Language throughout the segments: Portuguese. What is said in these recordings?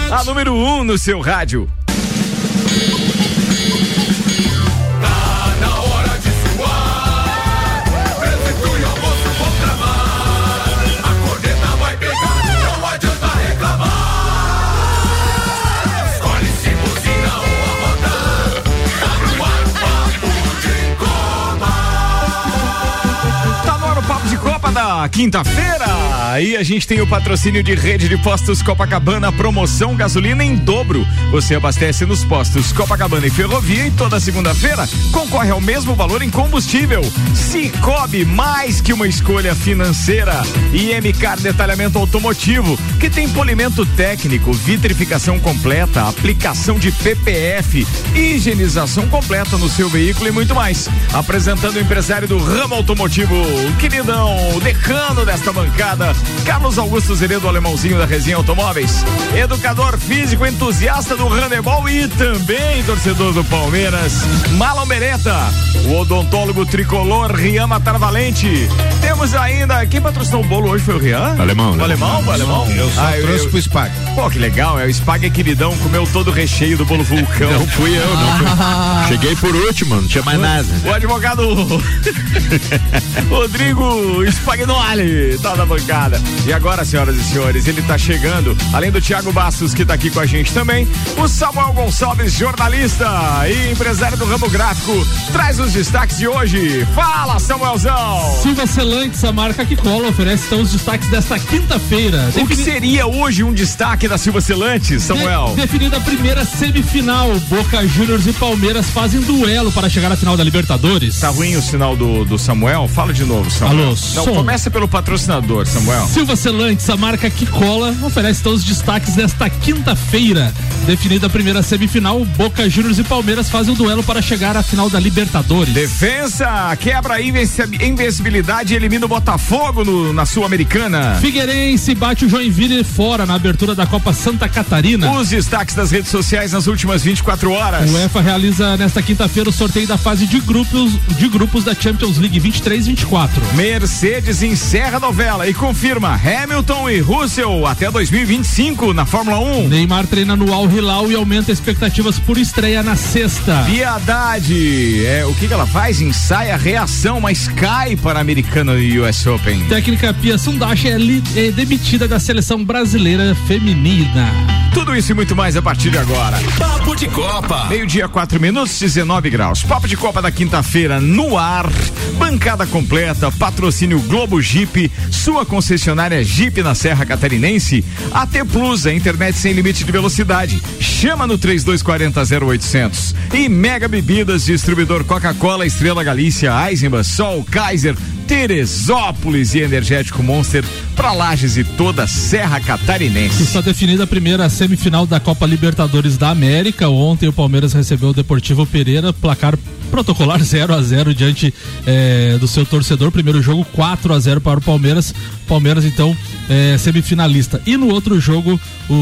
A número 1 no seu rádio. Quinta-feira, aí a gente tem o patrocínio de Rede de Postos Copacabana, promoção gasolina em dobro. Você abastece nos postos Copacabana e Ferrovia e toda segunda-feira concorre ao mesmo valor em combustível. Cicobi, mais que uma escolha financeira. E MCAR Detalhamento Automotivo, que tem polimento técnico, vitrificação completa, aplicação de PPF, higienização completa no seu veículo e muito mais. Apresentando o empresário do ramo automotivo, queridão, decano desta bancada, Carlos Augusto Zeredo, alemãozinho da Resenha Automóveis, educador físico, entusiasta do handebol e também torcedor do Palmeiras, Marlon Beretta, o odontólogo tricolor Rian Matar Valente. Temos ainda, quem patrocinou o bolo hoje foi o Rian? Alemão. O alemão? Eu só trouxe pro Spag. Pô, que legal, o Spag é queridão, comeu todo o recheio do bolo Vulcão. Não fui eu, não. Cheguei por último, não tinha mais nada. O advogado Rodrigo Spagnoli tá na bancada. E agora, senhoras e senhores, ele tá chegando, além do Thiago Bastos, que tá aqui com a gente também, o Samuel Gonçalves, jornalista e empresário do ramo gráfico, traz os destaques de hoje. Fala, Samuelzão! Silva Celantes, a marca que cola, oferece então os destaques desta quinta-feira. O que seria hoje um destaque da Silva Celantes, Samuel? Definida a primeira semifinal, Boca Juniors e Palmeiras fazem duelo para chegar à final da Libertadores. Tá ruim o sinal do Samuel? Fala de novo, Samuel. Alô, não, começa pelo patrocinador, Samuel. Silva Celantes, a marca que cola, oferece então os destaques desta quinta-feira. Definida a primeira semifinal, Boca Juniors e Palmeiras fazem o duelo para chegar à final da Libertadores. Defensa quebra a invencibilidade e elimina o Botafogo na Sul-Americana. Figueirense bate o Joinville fora na abertura da Copa Santa Catarina. Os destaques das redes sociais nas últimas 24 horas. O UEFA realiza nesta quinta-feira o sorteio da fase de grupos da Champions League 23-24. Mercedes encerra a novela e confirma Hamilton e Russell até 2025 na Fórmula 1. Neymar treina no Al Hilal e aumenta expectativas por estreia na sexta. Piedade, o que ela faz? Ensaia a reação, mas cai para a Americana e US Open. Técnica Pia Sundashi é demitida da seleção brasileira feminina. Tudo isso e muito mais a partir de agora. Papo de Copa. 12:04, 19 graus. Papo de Copa da quinta-feira no ar. Bancada completa, patrocínio Globo Jeep, sua concessionária Jeep na Serra Catarinense. AT Plus, a internet sem limite de velocidade. Chama no 3240-0800. E Mega Bebidas, distribuidor Coca-Cola, Estrela Galícia, Eisenbahn, Sol, Kaiser, Teresópolis e Energético Monster para Lages e toda a Serra Catarinense. Está definida a primeira semifinal da Copa Libertadores da América. Ontem o Palmeiras recebeu o Deportivo Pereira, placar protocolar 0-0 diante do seu torcedor. Primeiro jogo 4-0 para o Palmeiras. Palmeiras então semifinalista. E no outro jogo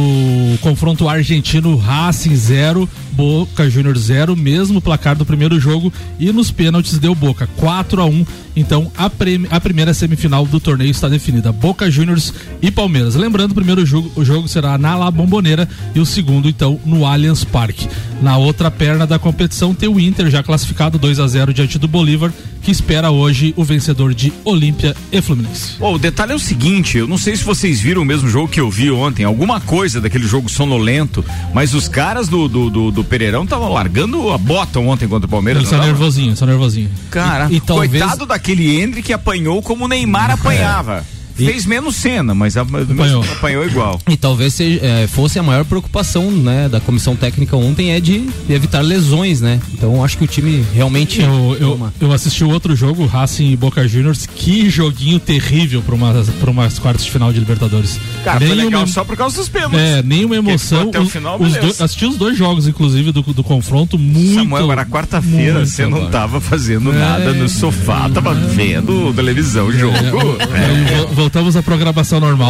o confronto argentino, Racing 0, Boca Juniors 0, mesmo placar do primeiro jogo, e nos pênaltis deu Boca 4-1. Então a primeira semifinal do torneio está definida, Boca Juniors e Palmeiras. Lembrando, o primeiro jogo será na La Bombonera e o segundo então no Allianz Parque. Na outra perna da competição tem o Inter já classificado 2-0 diante do Bolívar, que espera hoje o vencedor de Olímpia e Fluminense. O detalhe é o seguinte, eu não sei se vocês viram o mesmo jogo que eu vi ontem, alguma coisa daquele jogo sonolento, mas os caras do Pereirão estavam largando a bota ontem contra o Palmeiras. Eles são nervosinho. Cara, e talvez... coitado daquele Hendrick que apanhou como o Neymar apanhava. Fez menos cena, mas apanhou igual. E talvez fosse a maior preocupação, né, da comissão técnica ontem, é de evitar lesões, né? Então acho que o time realmente... Eu assisti o outro jogo, Racing e Boca Juniors, que joguinho terrível para umas quartas de final de Libertadores. Cara, foi legal só por causa dos pênaltis. Nenhuma emoção. Até o final, assisti os dois jogos, inclusive, do confronto, muito... Samuel, era quarta-feira, você não tava fazendo nada no sofá, tava vendo televisão, jogo. Voltamos à programação normal.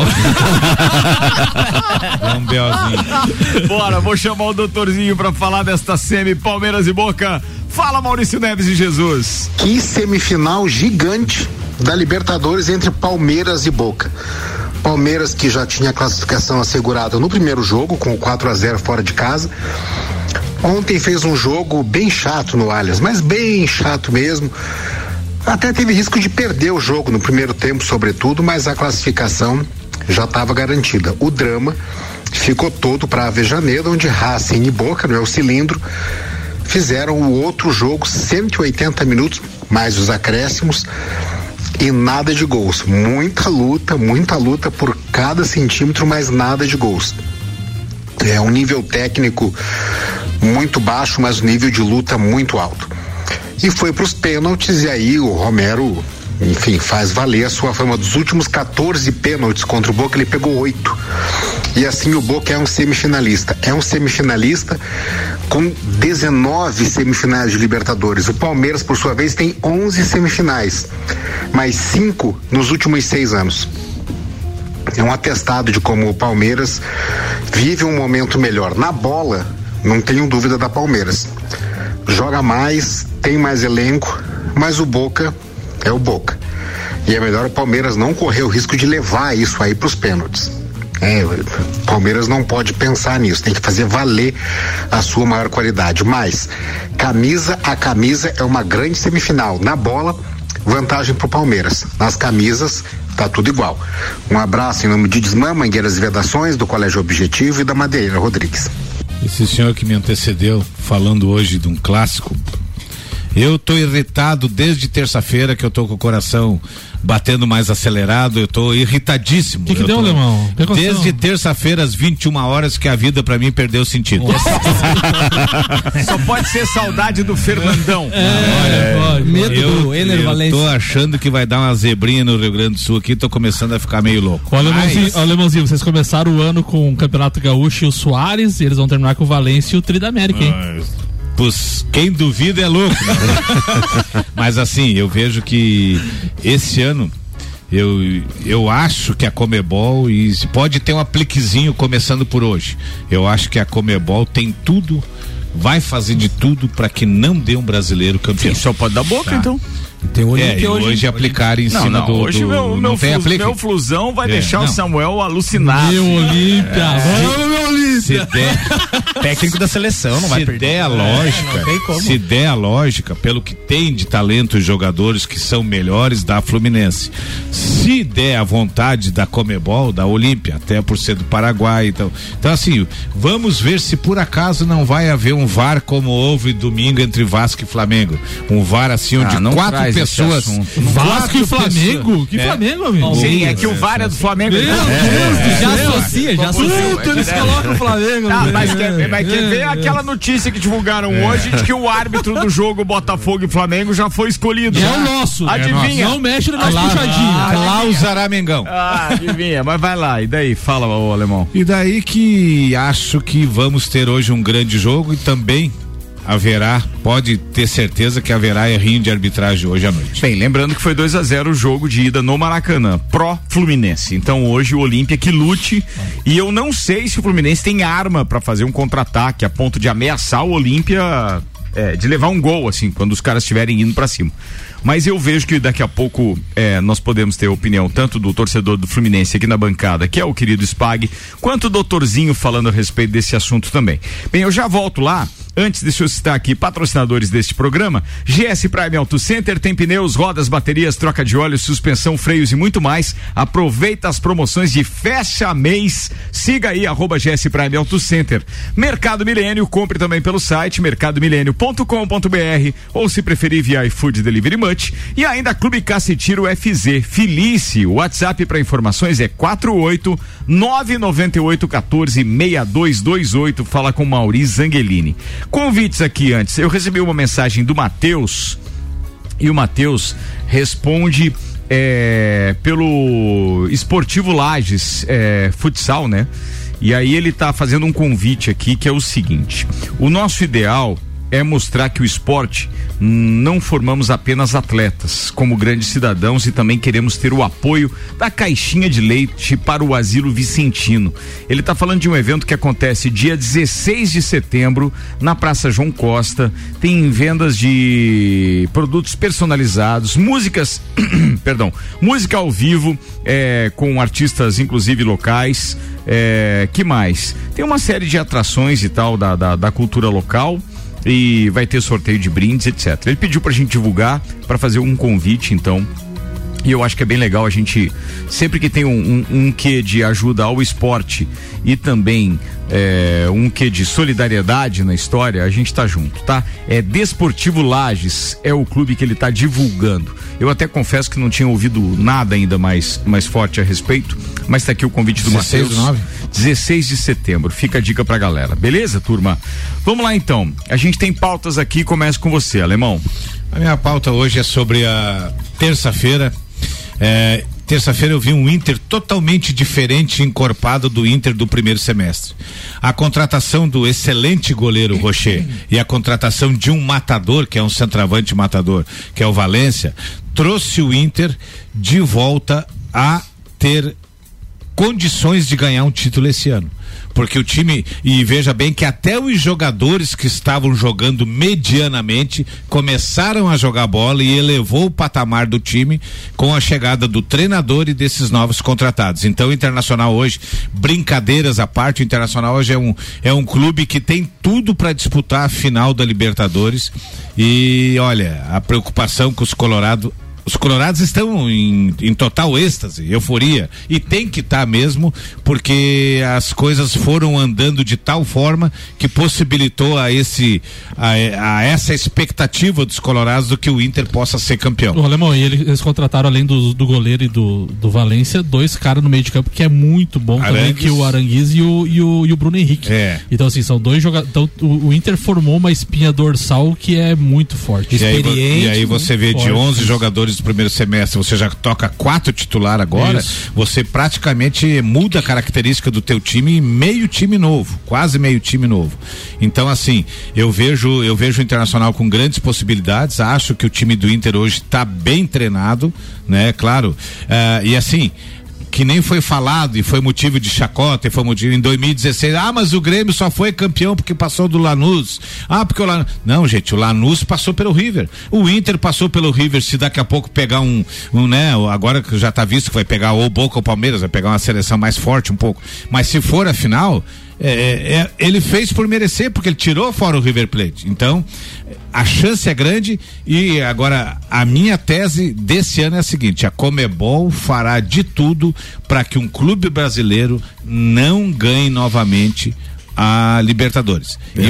Um belzinho. Bora, vou chamar o doutorzinho pra falar desta semi Palmeiras e Boca. Fala, Maurício Neves de Jesus. Que semifinal gigante da Libertadores entre Palmeiras e Boca. Palmeiras, que já tinha a classificação assegurada no primeiro jogo, com o 4-0 fora de casa. Ontem fez um jogo bem chato no Allianz, mas bem chato mesmo. Até teve risco de perder o jogo no primeiro tempo, sobretudo, mas a classificação já estava garantida. O drama ficou todo para Avejaneira, onde Racing e Boca, no El Cilindro, fizeram o outro jogo, 180 minutos, mais os acréscimos, e nada de gols. Muita luta por cada centímetro, mas nada de gols. É um nível técnico muito baixo, mas um nível de luta muito alto. E foi para os pênaltis, e aí o Romero, enfim, faz valer a sua fama. Dos últimos 14 pênaltis contra o Boca, ele pegou 8. E assim o Boca é um semifinalista. É um semifinalista com 19 semifinais de Libertadores. O Palmeiras, por sua vez, tem 11 semifinais, mais 5 nos últimos 6 anos. É um atestado de como o Palmeiras vive um momento melhor. Na bola, não tenho dúvida da Palmeiras. Joga mais, tem mais elenco, mas o Boca é o Boca. E é melhor o Palmeiras não correr o risco de levar isso aí para os pênaltis. O Palmeiras não pode pensar nisso, tem que fazer valer a sua maior qualidade. Mas camisa a camisa é uma grande semifinal. Na bola, vantagem pro Palmeiras. Nas camisas, tá tudo igual. Um abraço em nome de Desmã, Mangueiras e Vedações, do Colégio Objetivo e da Madeira Rodrigues. Esse senhor que me antecedeu, falando hoje de um clássico, eu tô irritado desde terça-feira, que eu tô com o coração batendo mais acelerado, eu tô irritadíssimo. O que deu, Alemão? Desde terça-feira às 21 horas que a vida pra mim perdeu sentido. Só pode ser saudade do Fernandão. Medo do Ener Valencia. Eu tô achando que vai dar uma zebrinha no Rio Grande do Sul aqui, tô começando a ficar meio louco. Olha, Alemãozinho, vocês começaram o ano com o Campeonato Gaúcho e o Soares, e eles vão terminar com o Valência e o Tri da América, hein? Quem duvida é louco, né? Mas assim, eu vejo que esse ano eu acho que a Comebol, e pode ter um apliquezinho começando por hoje, eu acho que a Comebol tem tudo, vai fazer de tudo para que não dê um brasileiro campeão. Sim, só pode dar Boca, tá? Então. Tem hoje aplicar em cima do. Hoje meu Flusão vai deixar o Samuel alucinado. Meu Olímpia! Se der, técnico da seleção, não vai perder. Se der a lógica, pelo que tem de talento, os jogadores que são melhores da Fluminense. Se der a vontade da Comebol, da Olímpia, até por ser do Paraguai, então assim, vamos ver se por acaso não vai haver um VAR como houve domingo entre Vasco e Flamengo. Um VAR assim, onde 4 pessoas. Vasco e Flamengo? Que Flamengo, amigo? Sim, é que o VAR é do Flamengo. Já associa. Eles colocam o Flamengo. Mas quer ver aquela notícia que divulgaram hoje de que o árbitro do jogo Botafogo e Flamengo já foi escolhido. É o nosso. Adivinha? Não mexe no nosso puxadinho. Klaus Aramengão. Adivinha, mas vai lá. E daí? Fala, ô Alemão. E daí que acho que vamos ter hoje um grande jogo e também haverá, pode ter certeza que haverá errinho de arbitragem hoje à noite. Bem, lembrando que foi 2-0 o jogo de ida no Maracanã, pró-Fluminense. Então hoje o Olímpia que lute, e eu não sei se o Fluminense tem arma para fazer um contra-ataque a ponto de ameaçar o Olímpia, de levar um gol, assim, quando os caras estiverem indo para cima. Mas eu vejo que daqui a pouco nós podemos ter a opinião tanto do torcedor do Fluminense aqui na bancada, que é o querido Spag, quanto o doutorzinho falando a respeito desse assunto também. Bem, eu já volto lá. Antes, deixa eu citar aqui patrocinadores deste programa: GS Prime Auto Center, tem pneus, rodas, baterias, troca de óleo, suspensão, freios e muito mais. Aproveita as promoções de fecha mês. Siga aí, @GS Prime Auto Center. Mercado Milênio, compre também pelo site mercadomilênio.com.br ou, se preferir, via iFood Delivery Much. E ainda Clube Cacetiro FZ Felice. O WhatsApp para informações é 48998146228. Fala com Mauri Zangelini. Convites aqui antes. Eu recebi uma mensagem do Matheus e o Matheus responde pelo Esportivo Lages futsal, né? E aí ele tá fazendo um convite aqui que é o seguinte: o nosso ideal é mostrar que o esporte não formamos apenas atletas, como grandes cidadãos, e também queremos ter o apoio da caixinha de leite para o Asilo Vicentino. Ele está falando de um evento que acontece dia 16 de setembro na Praça João Costa. Tem vendas de produtos personalizados, músicas, música ao vivo, com artistas inclusive locais. Que mais? Tem uma série de atrações e tal da cultura local. E vai ter sorteio de brindes, etc. Ele pediu pra gente divulgar, pra fazer um convite, então. E eu acho que é bem legal a gente, sempre que tem um quê de ajuda ao esporte e também um quê de solidariedade na história, a gente tá junto, tá? Desportivo Lages é o clube que ele tá divulgando. Eu até confesso que não tinha ouvido nada ainda mais forte a respeito, mas tá aqui o convite do Matheus. 16 de setembro, fica a dica pra galera, beleza, turma? Vamos lá então, a gente tem pautas aqui, começa com você, Alemão. A minha pauta hoje é sobre a terça-feira. Terça-feira eu vi um Inter totalmente diferente, encorpado do Inter do primeiro semestre. A contratação do excelente goleiro Rocher e a contratação de um matador, que é um centroavante matador, que é o Valência, trouxe o Inter de volta a ter condições de ganhar um título esse ano. Porque o time, e veja bem que até os jogadores que estavam jogando medianamente começaram a jogar bola e elevou o patamar do time com a chegada do treinador e desses novos contratados. Então o Internacional hoje, brincadeiras à parte, o Internacional hoje é um clube que tem tudo para disputar a final da Libertadores. E olha, a preocupação com os Colorados estão em total êxtase, euforia, e tem que estar mesmo, porque as coisas foram andando de tal forma que possibilitou a essa expectativa dos Colorados do que o Inter possa ser campeão. O Alemão, e eles contrataram, além do goleiro e do Valência, 2 caras no meio de campo que é muito bom também, que o Aranguiz e o Bruno Henrique. Então assim, são 2 jogadores. Então o Inter formou uma espinha dorsal que é muito forte. E aí você vê de 11 jogadores do primeiro semestre, você já toca 4 titular agora. Isso. Você praticamente muda a característica do teu time, meio time novo, quase meio time novo. Então assim, eu vejo o Internacional com grandes possibilidades. Acho que o time do Inter hoje está bem treinado, né? Claro, e assim, que nem foi falado e foi motivo de chacota, e foi motivo em 2016, mas o Grêmio só foi campeão porque passou do Lanús, porque o Lanús, não, gente, o Lanús passou pelo River, o Inter passou pelo River. Se daqui a pouco pegar né, agora que já tá visto que vai pegar ou Boca ou Palmeiras, vai pegar uma seleção mais forte um pouco, mas se for a final, ele fez por merecer, porque ele tirou fora o River Plate. Então a chance é grande. E agora a minha tese desse ano é a seguinte: a Conmebol fará de tudo para que um clube brasileiro não ganhe novamente a Libertadores. E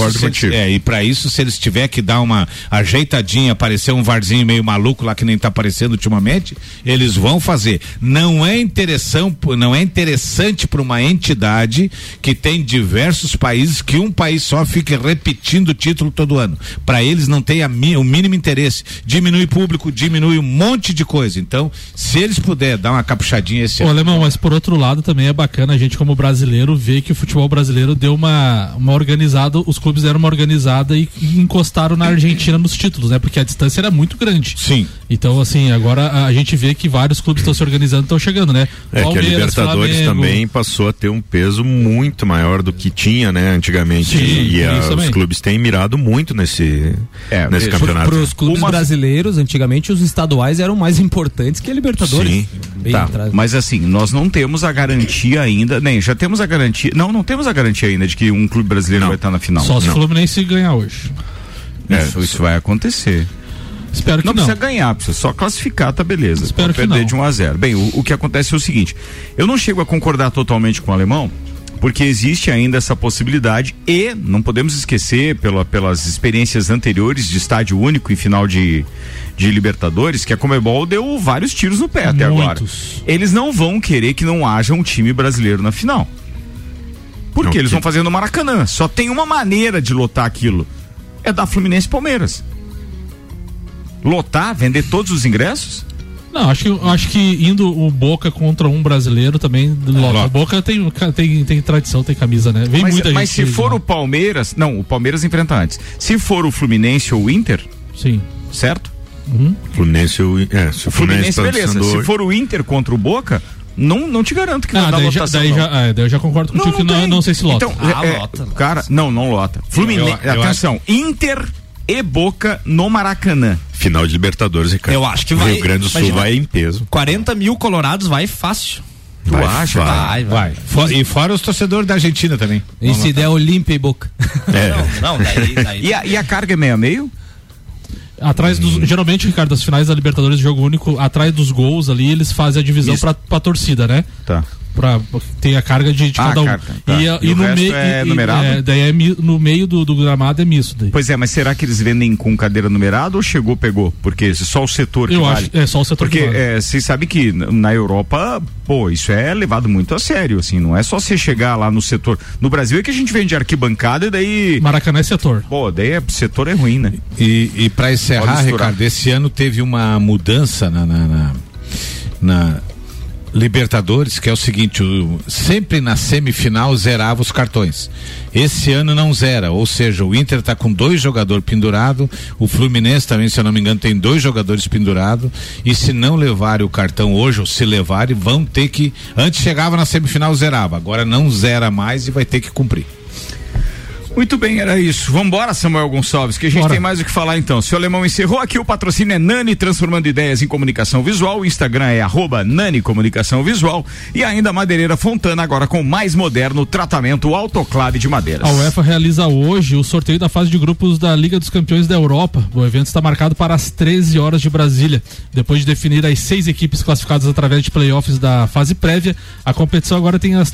para isso, se eles tiver que dar uma ajeitadinha, aparecer um varzinho meio maluco lá que nem tá aparecendo ultimamente, eles vão fazer. Não é interessante para uma entidade que tem diversos países, que um país só fique repetindo o título todo ano. Para eles não tem o mínimo interesse. Diminui público, diminui um monte de coisa. Então, se eles puderem dar uma capuchadinha esse ano. Alemão, mas por outro lado também é bacana a gente, como brasileiro, ver que o futebol brasileiro deu uma organizada, os clubes deram uma organizada e encostaram na Argentina nos títulos, né? Porque a distância era muito grande. Sim. Então, assim, agora a gente vê que vários clubes estão se organizando, estão chegando, né? Palmeiras, que a Libertadores Flamengo também passou a ter um peso muito maior do que tinha, né? Antigamente. Sim, os clubes têm mirado muito nesse campeonato. Para os clubes brasileiros, antigamente os estaduais eram mais importantes que a Libertadores. Sim. Mas assim, nós não temos a garantia ainda, nem já temos a garantia, não temos a garantia ainda de que um clube brasileiro vai estar na final. Só se o Fluminense ganhar hoje. Isso vai acontecer. Espero que não. Não precisa ganhar, precisa só classificar, tá beleza. Espero perder que não. de 1-0. Bem, o que acontece é o seguinte: eu não chego a concordar totalmente com o Alemão, porque existe ainda essa possibilidade, e não podemos esquecer, pelas experiências anteriores de estádio único em final de Libertadores, que a Conmebol deu vários tiros no pé até agora. Eles não vão querer que não haja um time brasileiro na final. Porque eles vão fazer no Maracanã. Só tem uma maneira de lotar aquilo: é dar Fluminense e Palmeiras. Lotar, vender todos os ingressos Não, acho que indo o Boca contra um brasileiro também lota. O Boca tem tradição, tem camisa, né? Vem muita gente. Mas se for o Palmeiras, não, o Palmeiras enfrenta antes. Se for o Fluminense ou o Inter, sim, certo? Fluminense, se o Fluminense tá beleza. Se for o Inter contra o Boca, não te garanto que não dá lotação. Daí eu já concordo contigo que não sei se lota. Então, lota. Cara, não lota. Fluminense, atenção, Inter e Boca no Maracanã. Final de Libertadores, Ricardo. Eu acho que vai. Rio Grande do Sul vai em peso. 40 mil colorados vai fácil. Tu acha? Vai. E fora os torcedores da Argentina também. E se der Olímpia e Boca. Não, daí. E a carga é meio a meio? Atrás dos. Geralmente, Ricardo, as finais da Libertadores de jogo único, atrás dos gols ali, eles fazem a divisão pra torcida, né? Tá. Pra ter a carga de cada um. Tá. E no meio é numerado? Daí no meio do gramado é misto. Daí. Pois é, mas será que eles vendem com cadeira numerada ou pegou? Porque só o setor que vale. Acho, só o setor porque, que vale. Você sabe que na Europa, isso é levado muito a sério, assim, não é só você chegar lá no setor. No Brasil é que a gente vende arquibancada e daí... Maracanã é setor. Daí setor é ruim, né? E pra encerrar, Ricardo, esse ano teve uma mudança na Libertadores, que é o seguinte, sempre na semifinal zerava os cartões. Esse ano não zera, ou seja, o Inter tá com 2 jogadores pendurados, o Fluminense também, se eu não me engano, tem 2 jogadores pendurados, e se não levarem o cartão hoje, ou se levarem, vão ter que, antes chegava na semifinal, zerava, agora não zera mais e vai ter que cumprir. Muito bem, era isso. Vambora, Samuel Gonçalves, que a gente tem mais o que falar então. Se o Alemão encerrou aqui, o patrocínio é Nani, transformando ideias em comunicação visual. O Instagram é @Nani Comunicação Visual. E ainda Madeireira Fontana, agora com o mais moderno tratamento autoclave de madeiras. A UEFA realiza hoje o sorteio da fase de grupos da Liga dos Campeões da Europa. O evento está marcado para as 13 horas de Brasília. Depois de definir as 6 equipes classificadas através de playoffs da fase prévia, a competição agora tem os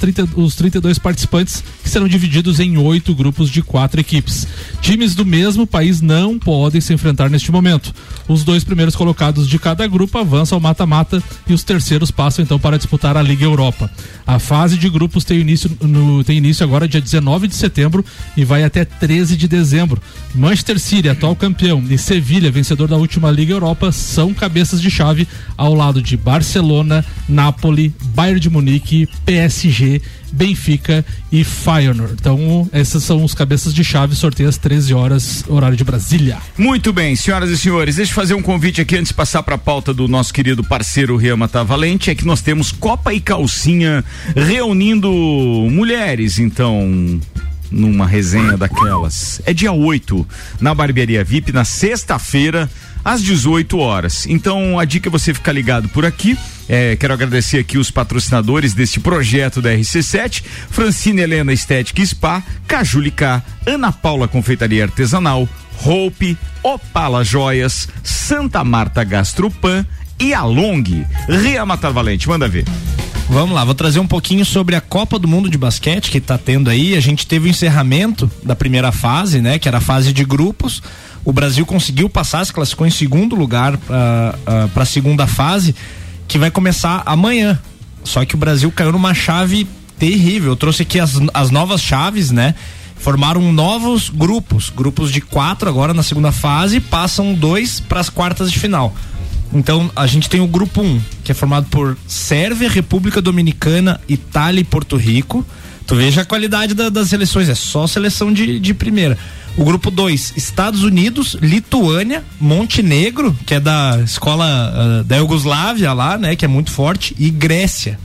32 participantes, que serão divididos em 8 grupos de 4 equipes. Times do mesmo país não podem se enfrentar neste momento. Os 2 primeiros colocados de cada grupo avançam ao mata-mata e os terceiros passam então para disputar a Liga Europa. A fase de grupos tem início agora dia 19 de setembro e vai até 13 de dezembro. Manchester City, atual campeão, e Sevilha, vencedor da última Liga Europa, são cabeças de chave ao lado de Barcelona, Napoli, Bayern de Munique, PSG, Benfica e Feyenoord. Então, esses são os cabeças de chave, sorteio às 13 horas, horário de Brasília. Muito bem, senhoras e senhores, deixa eu fazer um convite aqui antes de passar para a pauta do nosso querido parceiro Rian Matavalente, é que nós temos Copa e Calcinha reunindo mulheres, então, numa resenha daquelas. É dia 8, na Barbearia VIP, na sexta-feira, às 18 horas. Então, a dica é você ficar ligado por aqui. Quero agradecer aqui os patrocinadores deste projeto da RC7, Francine Helena Estética e Spa, Cajulicá, Ana Paula Confeitaria Artesanal, Hope, Opala Joias, Santa Marta Gastropan e a Long. Rian Matavalente, manda ver. Vamos lá, vou trazer um pouquinho sobre a Copa do Mundo de Basquete que tá tendo aí. A gente teve o encerramento da primeira fase, né, que era a fase de grupos. O Brasil conseguiu passar, se classificou em segundo lugar para a segunda fase, que vai começar amanhã. Só que o Brasil caiu numa chave terrível. Eu trouxe aqui as novas chaves, né? Formaram novos grupos de 4 agora na segunda fase, passam 2 para as quartas de final. Então a gente tem o grupo 1, que é formado por Sérvia, República Dominicana, Itália e Porto Rico. Tu veja a qualidade das seleções, é só seleção de primeira. O grupo 2, Estados Unidos, Lituânia, Montenegro, que é da escola da Iugoslávia lá, né, que é muito forte, e Grécia.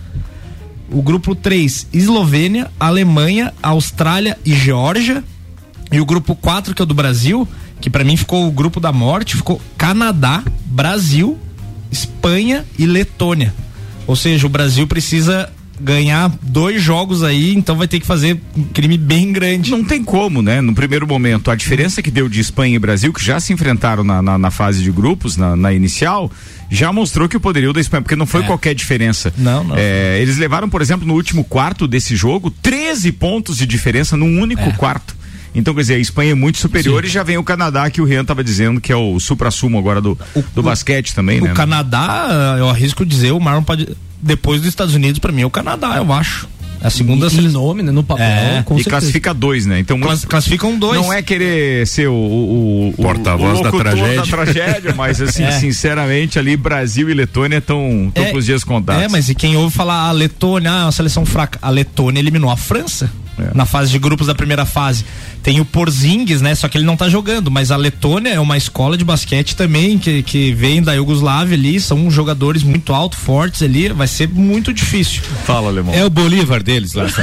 O grupo 3, Eslovênia, Alemanha, Austrália e Geórgia. E o grupo 4, que é o do Brasil, que pra mim ficou o grupo da morte, ficou Canadá, Brasil, Espanha e Letônia. Ou seja, o Brasil precisa ganhar 2 jogos aí, então vai ter que fazer um crime bem grande. Não tem como, né? No primeiro momento, a diferença que deu de Espanha e Brasil, que já se enfrentaram na fase de grupos, na inicial, já mostrou que o poderio da Espanha, porque não foi qualquer diferença. Não. Eles levaram, por exemplo, no último quarto desse jogo, 13 pontos de diferença num único quarto. Então, quer dizer, a Espanha é muito superior. Sim. E já vem o Canadá, que o Rian estava dizendo que é o supra-sumo agora do basquete também, né? O Canadá, eu arrisco dizer, o Marlon pode... Depois dos Estados Unidos, pra mim, é o Canadá, eu acho. A segunda em nome, né? No papel, com e certeza. classifica 2, né? Então classificam 2. Não é querer ser o porta-voz da tragédia, mas assim, sinceramente, ali Brasil e Letônia estão com os dias contados. Mas e quem ouve falar a Letônia, uma seleção fraca, a Letônia eliminou a França na fase de grupos da primeira fase. Tem o Porzingis, né? Só que ele não tá jogando, mas a Letônia é uma escola de basquete também que vem da Iugoslávia ali, são jogadores muito altos, fortes ali, vai ser muito difícil. Fala, Alemão. É o Bolívar deles lá.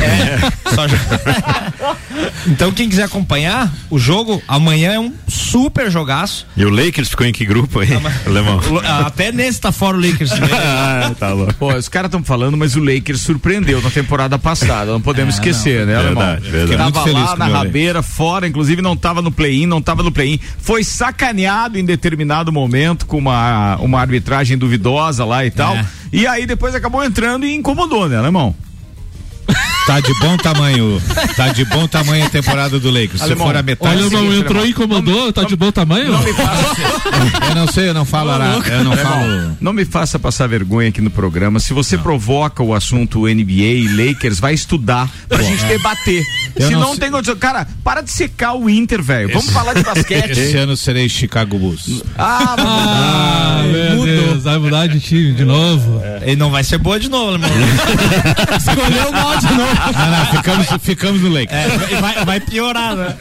Então quem quiser acompanhar o jogo, amanhã é um super jogaço. E o Lakers ficou em que grupo aí, Alemão? Até nesse tá fora o Lakers. Tá louco. Pô, os caras estão falando, mas o Lakers surpreendeu na temporada passada, não podemos esquecer, né, Alemão? Verdade. Tava lá na rabeira, fora, inclusive não tava no play-in, foi sacaneado em determinado momento com uma arbitragem duvidosa lá e tal, e aí depois acabou entrando e incomodou, né, Alemão? Tá de bom tamanho a temporada do Lakers. Alemão, se for a metade. Olha, não entrou e incomodou, tá de bom tamanho? Não me faça. Eu não sei, eu não falo falo. Não me faça passar vergonha aqui no programa. Se você provoca o assunto NBA e Lakers, vai estudar pra gente debater. Se não tem condição. Cara, para de secar o Inter, velho. Vamos falar de basquete. Esse ano serei Chicago Bulls. Meu Deus, vai mudar de time de novo. E não vai ser boa de novo, irmão. Escolheu mal de novo. Ficamos no Lakers. Vai piorar, né?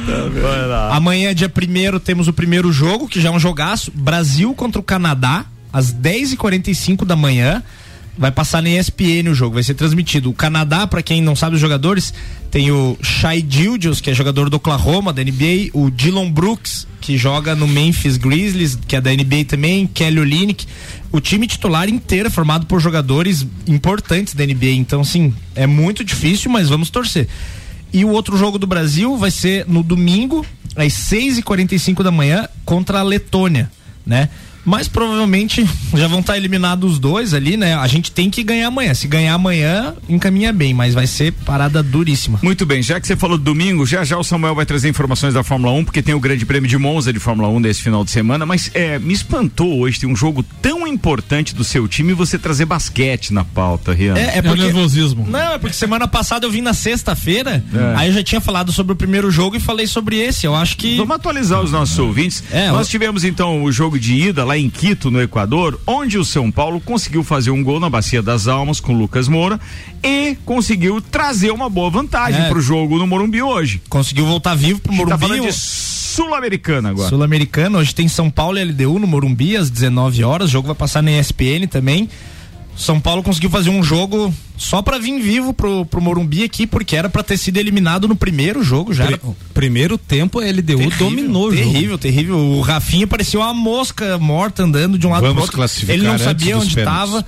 Amanhã, dia 1º, temos o primeiro jogo, que já é um jogaço. Brasil contra o Canadá, às 10h45 da manhã. Vai passar na ESPN o jogo, vai ser transmitido. O Canadá, pra quem não sabe os jogadores, tem o Shai Gilgeous, que é jogador do Oklahoma, da NBA, o Dillon Brooks, que joga no Memphis Grizzlies, que é da NBA também, Kelly Olynyk. O time titular inteiro é formado por jogadores importantes da NBA, então assim, é muito difícil, mas vamos torcer. E o outro jogo do Brasil vai ser no domingo, às 6h45 da manhã, contra a Letônia, né? Mas provavelmente já vão estar eliminados os dois ali, né? A gente tem que ganhar amanhã. Se ganhar amanhã, encaminha bem, mas vai ser parada duríssima. Muito bem, já que você falou do domingo, já o Samuel vai trazer informações da Fórmula 1, porque tem o Grande Prêmio de Monza de Fórmula 1 desse final de semana, mas me espantou hoje, tem um jogo tão importante do seu time e você trazer basquete na pauta, Rian. É porque... nervosismo. Não, é porque semana passada eu vim na sexta-feira, aí eu já tinha falado sobre o primeiro jogo e falei sobre esse, eu acho que... Vamos atualizar os nossos ouvintes. Nós tivemos então o jogo de ida lá em Quito, no Equador, onde o São Paulo conseguiu fazer um gol na Bacia das Almas com o Lucas Moura e conseguiu trazer uma boa vantagem pro jogo no Morumbi hoje. Conseguiu voltar vivo pro Morumbi. Tá falando de Sul-Americana agora. Sul-Americana, hoje tem São Paulo e LDU no Morumbi às 19 horas, o jogo vai passar na ESPN também. São Paulo conseguiu fazer um jogo só pra vir vivo pro Morumbi aqui, porque era pra ter sido eliminado no primeiro jogo já. Primeiro tempo a LDU dominou o jogo. Terrível. O Rafinha parecia uma mosca morta andando de um lado pro outro. Ele não sabia onde estava.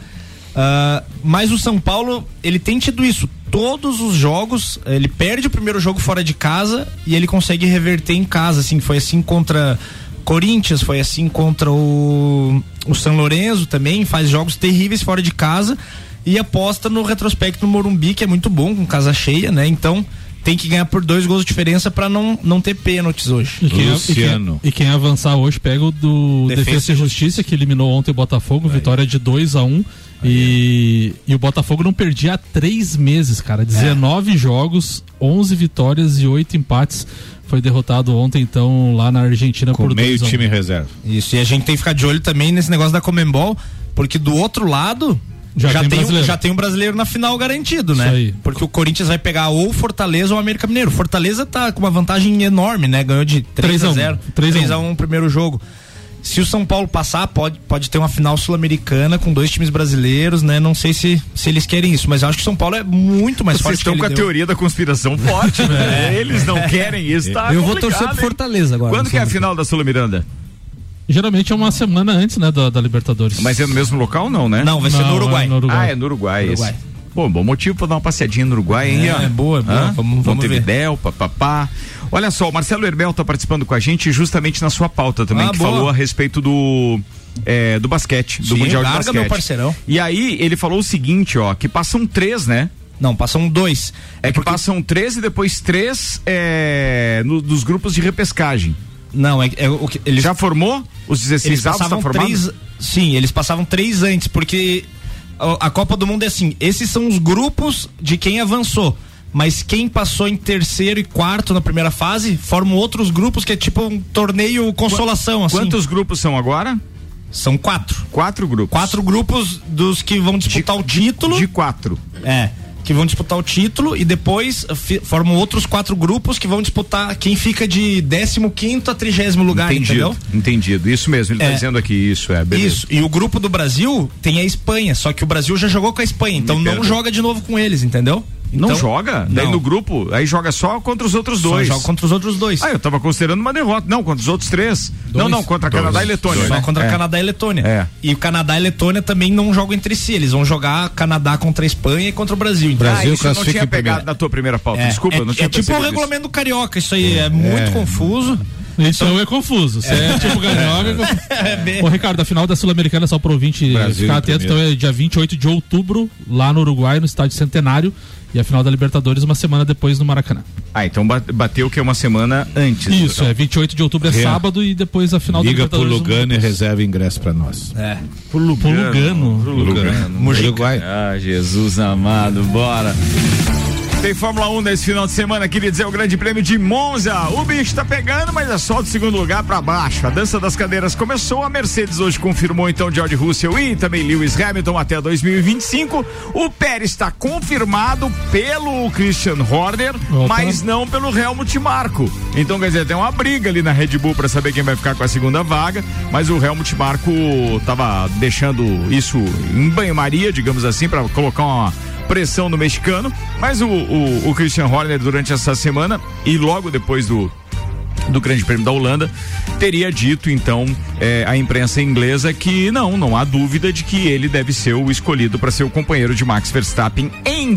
Mas o São Paulo, ele tem tido isso. Todos os jogos, ele perde o primeiro jogo fora de casa e ele consegue reverter em casa, assim, foi assim contra Corinthians, foi assim contra o São Lourenço também, faz jogos terríveis fora de casa e aposta no retrospecto no Morumbi, que é muito bom, com casa cheia, né? Então tem que ganhar por 2 gols de diferença pra não ter pênaltis hoje. E quem avançar hoje pega o do Defesa e Justiça, que eliminou ontem o Botafogo, vitória de 2-1. E o Botafogo não perdia há 3 meses, cara. 19 jogos, 11 vitórias e 8 empates. Foi derrotado ontem, então, lá na Argentina com por meio time reserva. Isso, e a gente tem que ficar de olho também nesse negócio da Conmebol, porque do outro lado já tem um brasileiro na final garantido, né? Aí. Porque o Corinthians vai pegar ou Fortaleza ou América Mineiro. Fortaleza tá com uma vantagem enorme, né? Ganhou de 3-0. 3-1 no primeiro jogo. Se o São Paulo passar, pode ter uma final sul-americana com 2 times brasileiros, né? Não sei se eles querem isso, mas eu acho que o São Paulo é muito mais forte. Vocês estão com a teoria da conspiração forte, né? Eles não querem isso, tá? Eu vou torcer pro Fortaleza agora. Quando que é a final da Sul-Miranda? Geralmente é uma semana antes, né, da Libertadores. Mas é no mesmo local, não, né? Não, vai ser no Uruguai. É no Uruguai. Pô, bom motivo pra dar uma passeadinha no Uruguai, hein? É boa. Vamos Montevidéu, papapá. Olha só, o Marcelo Herbel tá participando com a gente justamente na sua pauta também, que falou a respeito do basquete, do Mundial de Basquete. Meu parceirão. E aí, ele falou o seguinte, ó, que passam 3, né? Não, passam 2. Que passam 3 e depois 3 dos grupos de repescagem. Não, ele já formou? Os 16 avos tá formado? Sim, eles passavam 3 antes, porque a Copa do Mundo é assim, esses são os grupos de quem avançou. Mas quem passou em terceiro e quarto na primeira fase formam outros grupos que é tipo um torneio consolação. Assim. Quantos grupos são agora? São 4. 4 grupos. 4 grupos dos que vão disputar o título. De 4. Que vão disputar o título e depois formam outros 4 grupos que vão disputar quem fica de 15º a 30º lugar, entendeu? Entendido, isso mesmo, ele tá dizendo aqui, isso, beleza. Isso, e o grupo do Brasil tem a Espanha, só que o Brasil já jogou com a Espanha, então não joga de novo com eles, entendeu? Não joga? Daí no grupo, aí joga só contra os outros dois. Só joga contra os outros dois. Eu tava considerando uma derrota. Não, contra os outros 3. Não, contra Canadá e Letônia. Só contra Canadá e Letônia. E o Canadá e Letônia também não jogam entre si. Eles vão jogar Canadá contra a Espanha e contra o Brasil. Então, Brasil isso eu não tinha pegado na tua primeira pauta. Desculpa, eu não tinha tipo o regulamento do Carioca. Isso aí é muito confuso. Então é confuso. Você é tipo Carioca. Ô, Ricardo, a final da Sul-Americana, só pro ouvinte ficar atento, então é dia 28 de outubro, lá no Uruguai, no Estádio Centenário. E a final da Libertadores uma semana depois no Maracanã. Então bateu que é uma semana antes. Isso, 28 de outubro é sábado e depois a final da Libertadores. Liga pro Lugano e reserva ingresso pra nós. Pro Lugano. Uruguai. Jesus amado, bora. Tem Fórmula 1 nesse final de semana, queria dizer, o Grande Prêmio de Monza. O bicho tá pegando, mas é só do segundo lugar pra baixo. A dança das cadeiras começou, a Mercedes hoje confirmou então George Russell e também Lewis Hamilton até 2025. O Pérez está confirmado pelo Christian Horner, mas não pelo Helmut Marko. Então, quer dizer, tem uma briga ali na Red Bull pra saber quem vai ficar com a segunda vaga, mas o Helmut Marko tava deixando isso em banho-maria, digamos assim, pra colocar uma pressão no mexicano, mas o Christian Horner durante essa semana e logo depois do Grande Prêmio da Holanda, teria dito então a imprensa inglesa que não há dúvida de que ele deve ser o escolhido para ser o companheiro de Max Verstappen em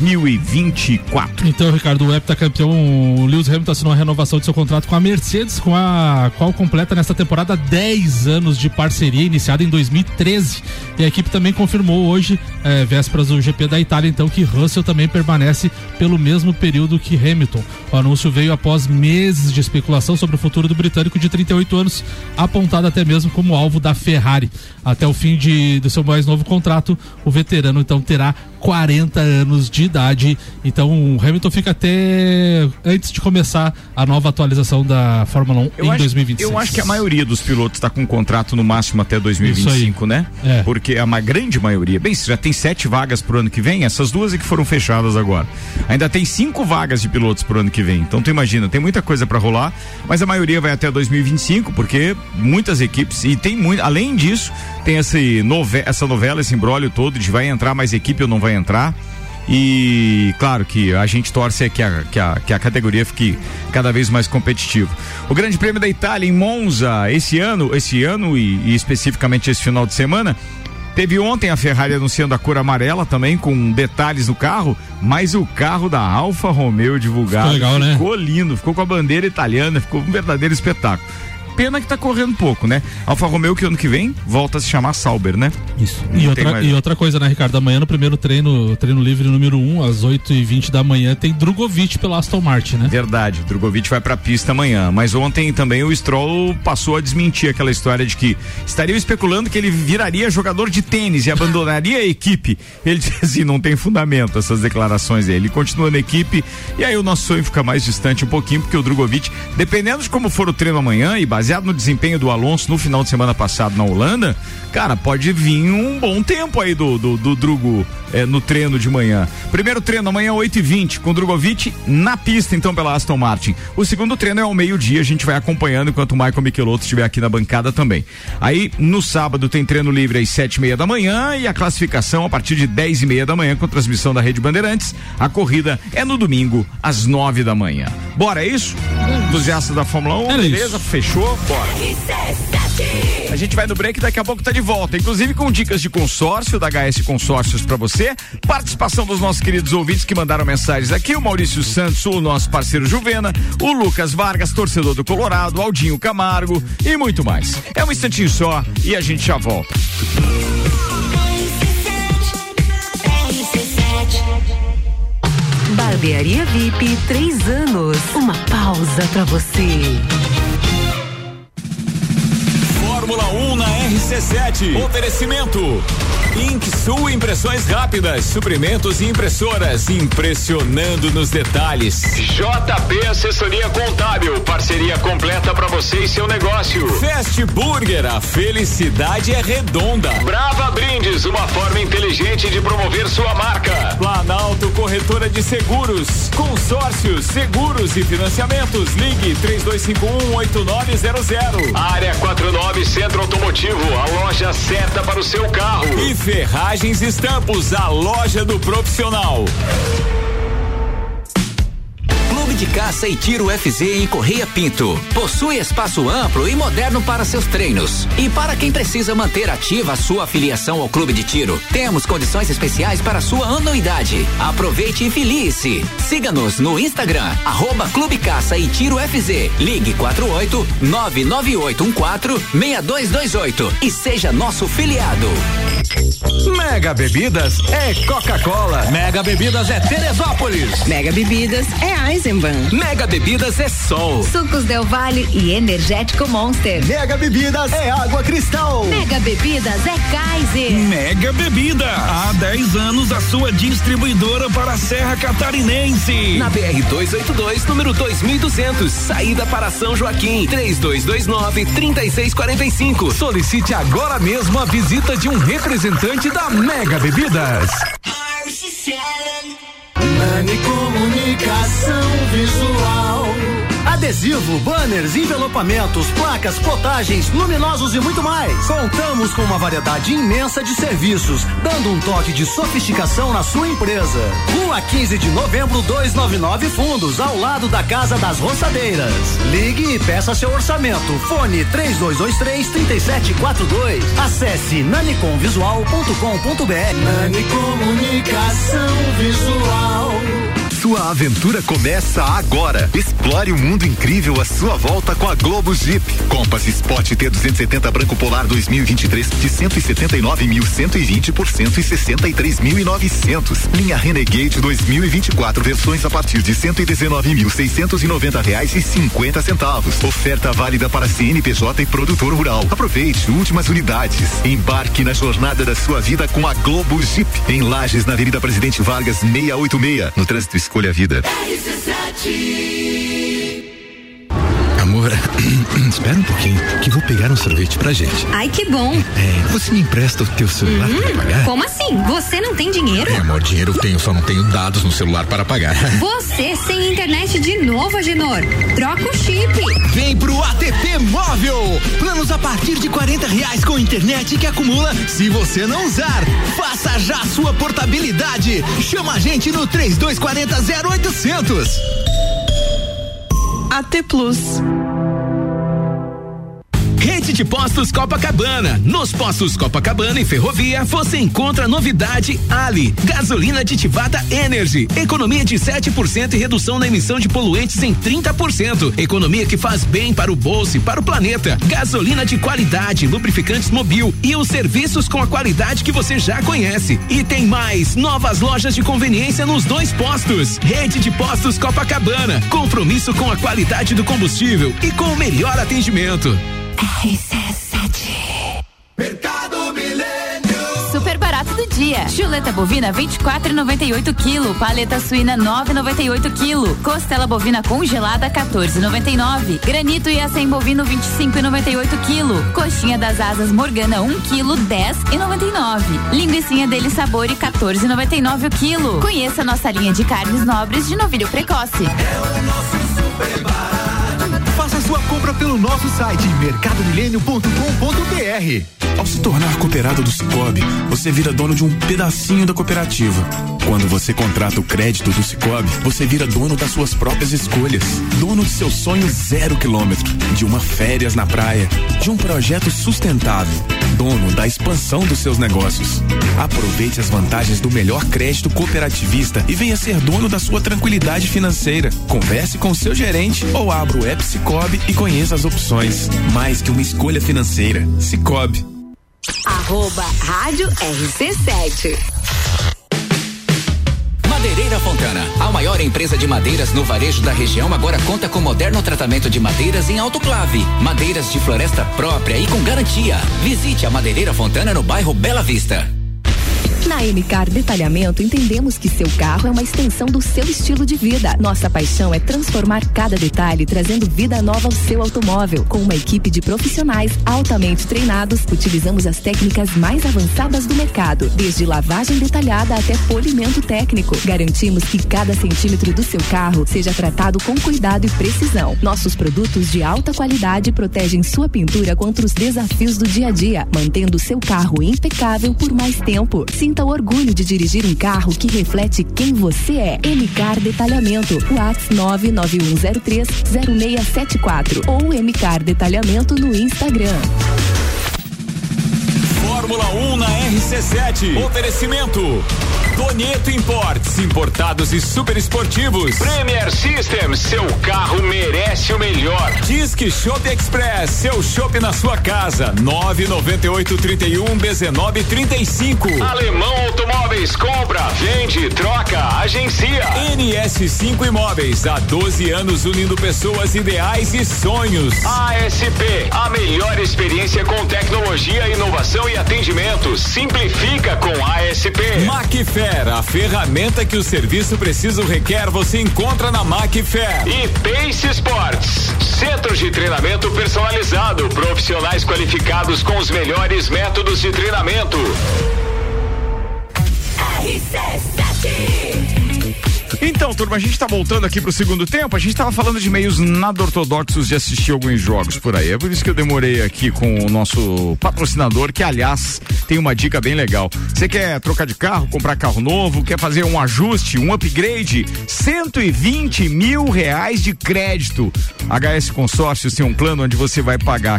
2024. Então, Ricardo, o heptacampeão Lewis Hamilton assinou a renovação de seu contrato com a Mercedes, com a qual completa nesta temporada 10 anos de parceria, iniciada em 2013. E a equipe também confirmou hoje, vésperas do GP da Itália, então, que Russell também permanece pelo mesmo período que Hamilton. O anúncio veio após meses de especulação sobre o futuro do britânico de 38 anos, apontado até mesmo como alvo da Ferrari. Até o fim do seu mais novo contrato, o veterano então terá 40 anos de idade. Então o Hamilton fica até antes de começar a nova atualização da Fórmula 1 em 2026. Eu acho que a maioria dos pilotos está com contrato no máximo até 2025, né? Porque a grande maioria, bem, já tem 7 vagas pro ano que vem, essas 2 é que foram fechadas agora. Ainda tem 5 vagas de pilotos pro ano que vem. Então tu imagina, tem muita coisa para rolar, mas a maioria vai até 2025, porque muitas equipes, e tem muito, além disso, tem essa novela, esse imbróglio todo de vai entrar mais equipe ou não vai entrar. E claro que a gente torce que a categoria fique cada vez mais competitiva. O Grande Prêmio da Itália em Monza esse ano e especificamente esse final de semana, teve ontem a Ferrari anunciando a cor amarela também, com detalhes no carro, mas o carro da Alfa Romeo divulgado ficou legal, né? Ficou lindo, ficou com a bandeira italiana, ficou um verdadeiro espetáculo. Pena que tá correndo pouco, né? Alfa Romeo que ano que vem volta a se chamar Sauber, né? Isso. E outra coisa, né, Ricardo? Amanhã no primeiro treino livre número 1, às 8h20 da manhã, tem Drogovic pelo Aston Martin, né? Verdade, Drogovic vai pra pista amanhã, mas ontem também o Stroll passou a desmentir aquela história de que estariam especulando que ele viraria jogador de tênis e abandonaria a equipe. Ele disse assim, não tem fundamento essas declarações dele. Ele continua na equipe e aí o nosso sonho fica mais distante um pouquinho, porque o Drogovic, dependendo de como for o treino amanhã e baseado no desempenho do Alonso no final de semana passado na Holanda, cara, pode vir um bom tempo aí do Drugo no treino de manhã. Primeiro treino amanhã 8h20 com o Drogovic na pista então pela Aston Martin. O segundo treino é ao meio-dia, a gente vai acompanhando enquanto o Michael Michelotto estiver aqui na bancada também. Aí no sábado tem treino livre às 7h30 da manhã e a classificação a partir de 10h30 da manhã com transmissão da Rede Bandeirantes. A corrida é no domingo às 9 da manhã. Bora, é isso? Entusiasta da Fórmula 1, beleza? Fechou? Bora. A gente vai no break, daqui a pouco tá de volta, inclusive com dicas de consórcio da HS Consórcios pra você, participação dos nossos queridos ouvintes que mandaram mensagens aqui, o Maurício Santos, o nosso parceiro Juvena, o Lucas Vargas, torcedor do Colorado, Aldinho Camargo e muito mais. É um instantinho só e a gente já volta. Barbearia VIP 3 anos. Uma pausa pra você. Fórmula 1 na RC7. Oferecimento Inksul Impressões Rápidas, suprimentos e impressoras, impressionando nos detalhes. JP Assessoria Contábil, parceria completa para você e seu negócio. Fast Burger, a felicidade é redonda. Brava Brindes, uma forma inteligente de promover sua marca. Planalto Corretora de Seguros, consórcios, seguros e financiamentos. Ligue 3251-8900. Área 49 Centro Automotivo, a loja certa para o seu carro. E Ferragens Estampos, a loja do profissional. Clube de Caça e Tiro FZ em Correia Pinto. Possui espaço amplo e moderno para seus treinos. E para quem precisa manter ativa a sua afiliação ao clube de tiro, temos condições especiais para sua anuidade. Aproveite e filie-se. Siga-nos no Instagram, @Clube Caça e Tiro FZ. Ligue 48-99814-6228 e seja nosso filiado. Mega Bebidas é Coca-Cola. Mega Bebidas é Teresópolis. Mega Bebidas é Eisenbahn. Mega Bebidas é Sol. Sucos Del Valle e Energético Monster. Mega Bebidas é Água Cristal. Mega Bebidas é Kaiser. Mega Bebida, há 10 anos a sua distribuidora para a Serra Catarinense. Na BR-282, número 2200, saída para São Joaquim, 3229-3645. Solicite agora mesmo a visita de um representante da Mega Bebidas. Nani Comunicação Visual. Adesivo, banners, envelopamentos, placas, plotagens, luminosos e muito mais. Contamos com uma variedade imensa de serviços, dando um toque de sofisticação na sua empresa. Rua 15 de Novembro 299 Fundos, ao lado da Casa das Roçadeiras. Ligue e peça seu orçamento. Fone 3223-3742. Acesse nanicomvisual.com.br. Nani Comunicação Visual. Sua aventura começa agora. Explore o mundo incrível à sua volta com a Globo Jeep. Compass Sport T270 Branco Polar 2023 de 179.120 por 163.900. Linha Renegade 2024 versões a partir de R$119.690,50. Oferta válida para CNPJ e produtor rural. Aproveite, últimas unidades. Embarque na jornada da sua vida com a Globo Jeep. Em Lages, na Avenida Presidente Vargas 686. No trânsito, escolha a vida. Amor, espera um pouquinho que vou pegar um sorvete pra gente. Ai, que bom. Você me empresta o teu celular pra pagar? Como assim? Você não tem dinheiro? Amor, dinheiro eu tenho, só não tenho dados no celular para pagar. Você sem internet de novo, Agenor. Troca o chip. Vem pro ATP Móvel. Planos a partir de R$40 com internet que acumula se você não usar. Faça já a sua portabilidade. Chama a gente no 3240-0800. AT Plus. Rede de Postos Copacabana. Nos postos Copacabana e Ferrovia você encontra a novidade Ali. Gasolina aditivada Energy. Economia de 7% e redução na emissão de poluentes em 30%. Economia que faz bem para o bolso e para o planeta. Gasolina de qualidade, lubrificantes Mobil e os serviços com a qualidade que você já conhece. E tem mais, novas lojas de conveniência nos 2 postos. Rede de Postos Copacabana. Compromisso com a qualidade do combustível e com o melhor atendimento. RC7. Mercado Milênio. Super barato do dia. Chuleta bovina 24,98 kg. Paleta suína 9,98 kg. Costela bovina congelada 14,99. Granito e acém bovino 25,98 kg. Coxinha das asas Morgana 1 kg 10,99. Linguicinha dele sabor e 14,99 o quilo. Conheça nossa linha de carnes nobres de novilho precoce. É o nosso super barato. Faça sua compra pelo nosso site mercadomilênio.com.br. Ao se tornar cooperado do Cicobi, você vira dono de um pedacinho da cooperativa. Quando você contrata o crédito do Cicobi, você vira dono das suas próprias escolhas. Dono de seu sonho 0 quilômetro, de uma férias na praia, de um projeto sustentável. Dono da expansão dos seus negócios. Aproveite as vantagens do melhor crédito cooperativista e venha ser dono da sua tranquilidade financeira. Converse com o seu gerente ou abra o app Cicobi e conheça as opções. Mais que uma escolha financeira. Cicobi. @Rádio RC7. Madeireira Madeira Fontana, a maior empresa de madeiras no varejo da região, agora conta com moderno tratamento de madeiras em autoclave, madeiras de floresta própria e com garantia. Visite a Madeireira Fontana no bairro Bela Vista. Na MCAR Detalhamento, entendemos que seu carro é uma extensão do seu estilo de vida. Nossa paixão é transformar cada detalhe, trazendo vida nova ao seu automóvel. Com uma equipe de profissionais altamente treinados, utilizamos as técnicas mais avançadas do mercado, desde lavagem detalhada até polimento técnico. Garantimos que cada centímetro do seu carro seja tratado com cuidado e precisão. Nossos produtos de alta qualidade protegem sua pintura contra os desafios do dia a dia, mantendo seu carro impecável por mais tempo. Sinta o orgulho de dirigir um carro que reflete quem você é. MCAR Detalhamento, WhatsApp 991030674 ou MCAR Detalhamento no Instagram. Fórmula 1 na RC7. Oferecimento Donieto Imports, importados e super esportivos. Premier System, seu carro merece o melhor. Disque Shop Express, seu shopping na sua casa. 998311935. Alemão Automóveis, compra, vende, troca, agencia. NS5 Imóveis, há 12 anos unindo pessoas, ideais e sonhos. ASP, a melhor experiência com tecnologia, inovação e atendimento. Simplifica com ASP. Macfair, a ferramenta que o serviço preciso requer, você encontra na Macfair. E Pace Sports, centros de treinamento personalizado, profissionais qualificados com os melhores métodos de treinamento. Então, turma, a gente tá voltando aqui pro segundo tempo. A gente tava falando de meios nada ortodoxos de assistir alguns jogos por aí. É por isso que eu demorei aqui com o nosso patrocinador, que aliás tem uma dica bem legal. Você quer trocar de carro, comprar carro novo, quer fazer um ajuste, um upgrade, R$120 mil de crédito. HS Consórcios tem um plano onde você vai pagar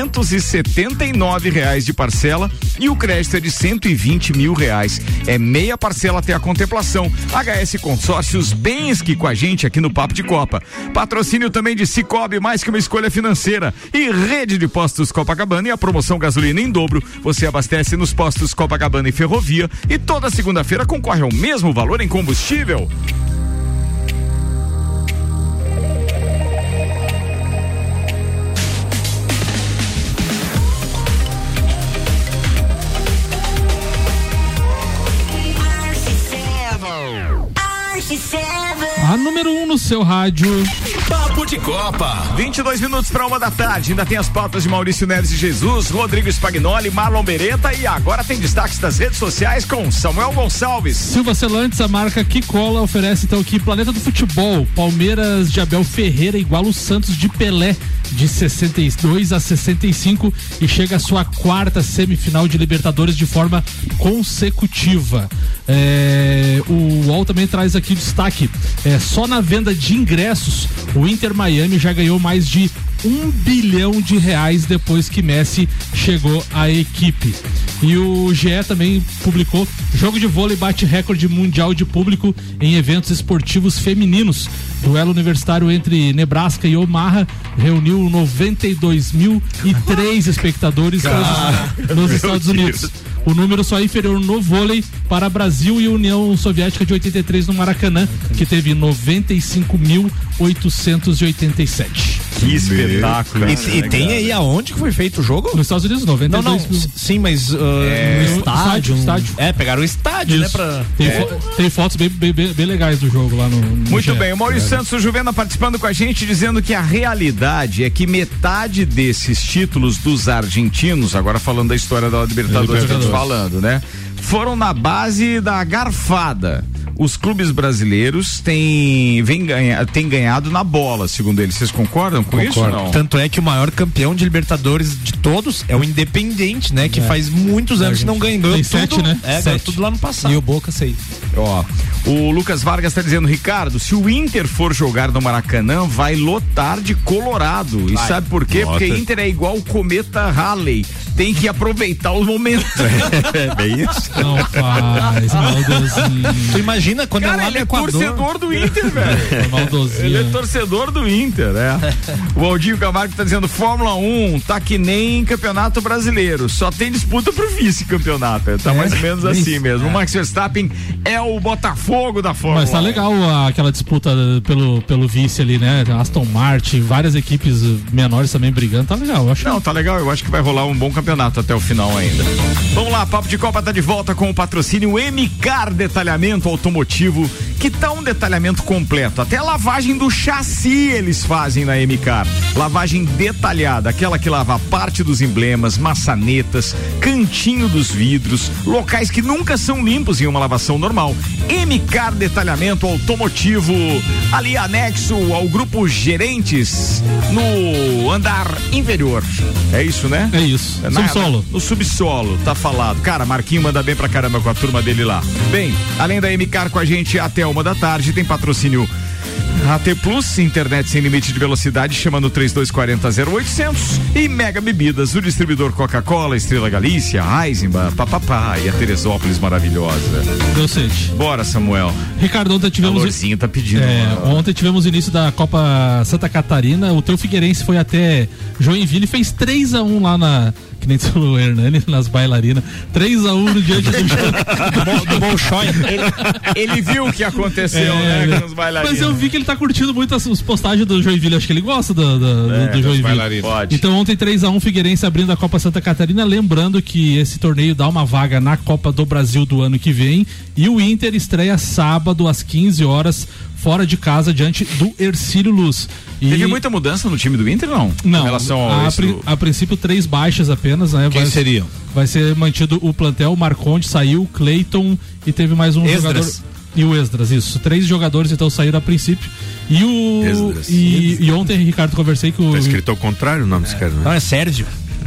R$579 de parcela e o crédito é de R$120 mil. É meia parcela até a contemplação. HS Consórcios bens que com a gente aqui no Papo de Copa. Patrocínio também de Cicobi, mais que uma escolha financeira, e Rede de Postos Copacabana. E a promoção gasolina em dobro, você abastece nos postos Copacabana e Ferrovia e toda segunda-feira concorre ao mesmo valor em combustível. A número 1 no seu rádio. Papo de Copa. 22 minutos para 1h. Ainda tem as pautas de Maurício Neves e Jesus, Rodrigo Spagnoli, Marlon Beretta e agora tem destaques das redes sociais com Samuel Gonçalves. Silva Celantes, a marca que cola, oferece então aqui Planeta do Futebol. Palmeiras de Abel Ferreira iguala o Santos de Pelé de 62 a 65 e chega à sua quarta semifinal de Libertadores de forma consecutiva. O UOL também traz aqui destaque. Só na venda de ingressos, o Inter Miami já ganhou mais de R$1 bilhão depois que Messi chegou à equipe. E o GE também publicou: jogo de vôlei bate recorde mundial de público em eventos esportivos femininos. Duelo universitário entre Nebraska e Omaha reuniu 92.003 espectadores nos Estados Unidos. O número só é inferior no vôlei para Brasil e União Soviética de 83 no Maracanã, que teve 95.887. Que espetáculo. E tem aí aonde que foi feito o jogo? Nos Estados Unidos, 92 Não, mil. sim, mas no estádio. Pegaram o estádio, isso, né? Tem fotos bem legais do jogo lá no Muito bem, o Maurício Santos Juvena participando com a gente, dizendo que a realidade é que metade desses títulos dos argentinos, agora falando da história da Libertadores, que a gente falando, né? Foram na base da garfada. Os clubes brasileiros têm ganhado na bola, segundo eles. Vocês concordam com isso? Não? Tanto é que o maior campeão de Libertadores de todos é o Independente, né? Que faz muitos anos que não ganhou. Tem 7, né? Ganhou tudo lá no passado. E o Boca 6. Ó, o Lucas Vargas está dizendo: Ricardo, se o Inter for jogar no Maracanã, vai lotar de Colorado. E sabe por quê? Porque Inter é igual o cometa Halley. tem que aproveitar os momentos. É bem isso. Não faz, maldosinho. Tu imagina quando Cara, ele é torcedor do Inter, velho. Maldosinho. Ele é torcedor do Inter, O Aldinho Camargo tá dizendo, Fórmula 1 tá que nem Campeonato Brasileiro, só tem disputa pro vice-campeonato. Tá mais ou menos assim mesmo. O Max Verstappen é o Botafogo da Fórmula 1. Mas tá legal aquela disputa pelo vice ali, né? Aston Martin, várias equipes menores também brigando, tá legal, eu acho. Não, tá legal, eu acho que vai rolar um bom campeonato até o final ainda. Vamos lá, Papo de Copa tá de volta com o patrocínio M-Car Detalhamento Automotivo, que tá um detalhamento completo, até a lavagem do chassi eles fazem na M-Car, lavagem detalhada, aquela que lava parte dos emblemas, maçanetas, cantinho dos vidros, locais que nunca são limpos em uma lavação normal. M-Car Detalhamento Automotivo, ali anexo ao grupo Gerentes, no andar inferior. É isso, né? É isso. Subsolo. No subsolo, tá falado. Cara, Marquinho manda bem pra caramba com a turma dele lá. Bem, além da M-Car com a gente até 1h, tem patrocínio AT Plus, internet sem limite de velocidade, chama no 3240-0800 e Mega Bebidas, o distribuidor Coca-Cola, Estrela Galícia, Eisenbahn, papapá e a Teresópolis maravilhosa. Deu sede. Bora, Samuel. Ricardo, ontem tivemos... Calorzinho tá pedindo. Ontem tivemos o início da Copa Santa Catarina, o teu Figueirense foi até Joinville e fez 3-1 lá na... Que nem o Hernani nas bailarinas. 3-1 no diante do Bolshoi. Ele viu o que aconteceu, né? Com os bailarinos. Mas eu vi que ele tá curtindo muito as postagens do Joinville. Acho que ele gosta do Joinville. Pode. Então ontem 3-1 Figueirense abrindo a Copa Santa Catarina. Lembrando que esse torneio dá uma vaga na Copa do Brasil do ano que vem. E o Inter estreia sábado às 15h fora de casa diante do Hercílio Luz. Teve muita mudança no time do Inter, não? Não. Em relação ao a princípio 3 baixas apenas, né? Quem seriam? Vai ser mantido o plantel, o Marconde saiu, Cleiton e teve mais um jogador. E o Esdras, isso. 3 jogadores então saíram a princípio. E ontem, Ricardo, conversei com o... Tá escrito ao contrário o nome desse cara, né? Não, é Sérgio.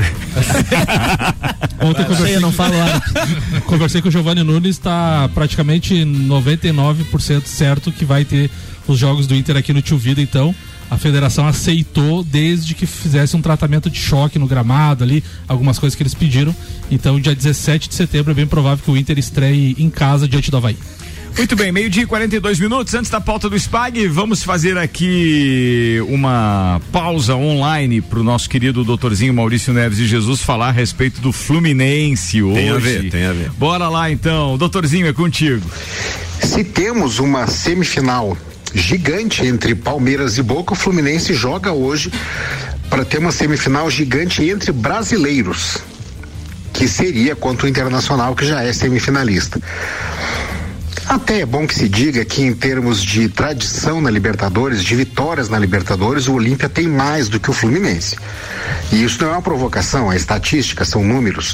Ontem conversei com o Giovanni Nunes, está praticamente 99% certo que vai ter os jogos do Inter aqui no Tio Vida, então a federação aceitou desde que fizesse um tratamento de choque no gramado ali, algumas coisas que eles pediram. Então dia 17 de setembro é bem provável que o Inter estreie em casa diante do Avaí. Muito bem, 12h e 42 minutos, antes da pauta do SPAG, vamos fazer aqui uma pausa online pro nosso querido doutorzinho Maurício Neves de Jesus falar a respeito do Fluminense hoje. Tem a ver. Bora lá então, doutorzinho, é contigo. Se temos uma semifinal gigante entre Palmeiras e Boca, o Fluminense joga hoje para ter uma semifinal gigante entre brasileiros, que seria contra o Internacional, que já é semifinalista. Até é bom que se diga que em termos de tradição na Libertadores, de vitórias na Libertadores, o Olímpia tem mais do que o Fluminense. E isso não é uma provocação, é estatística, são números.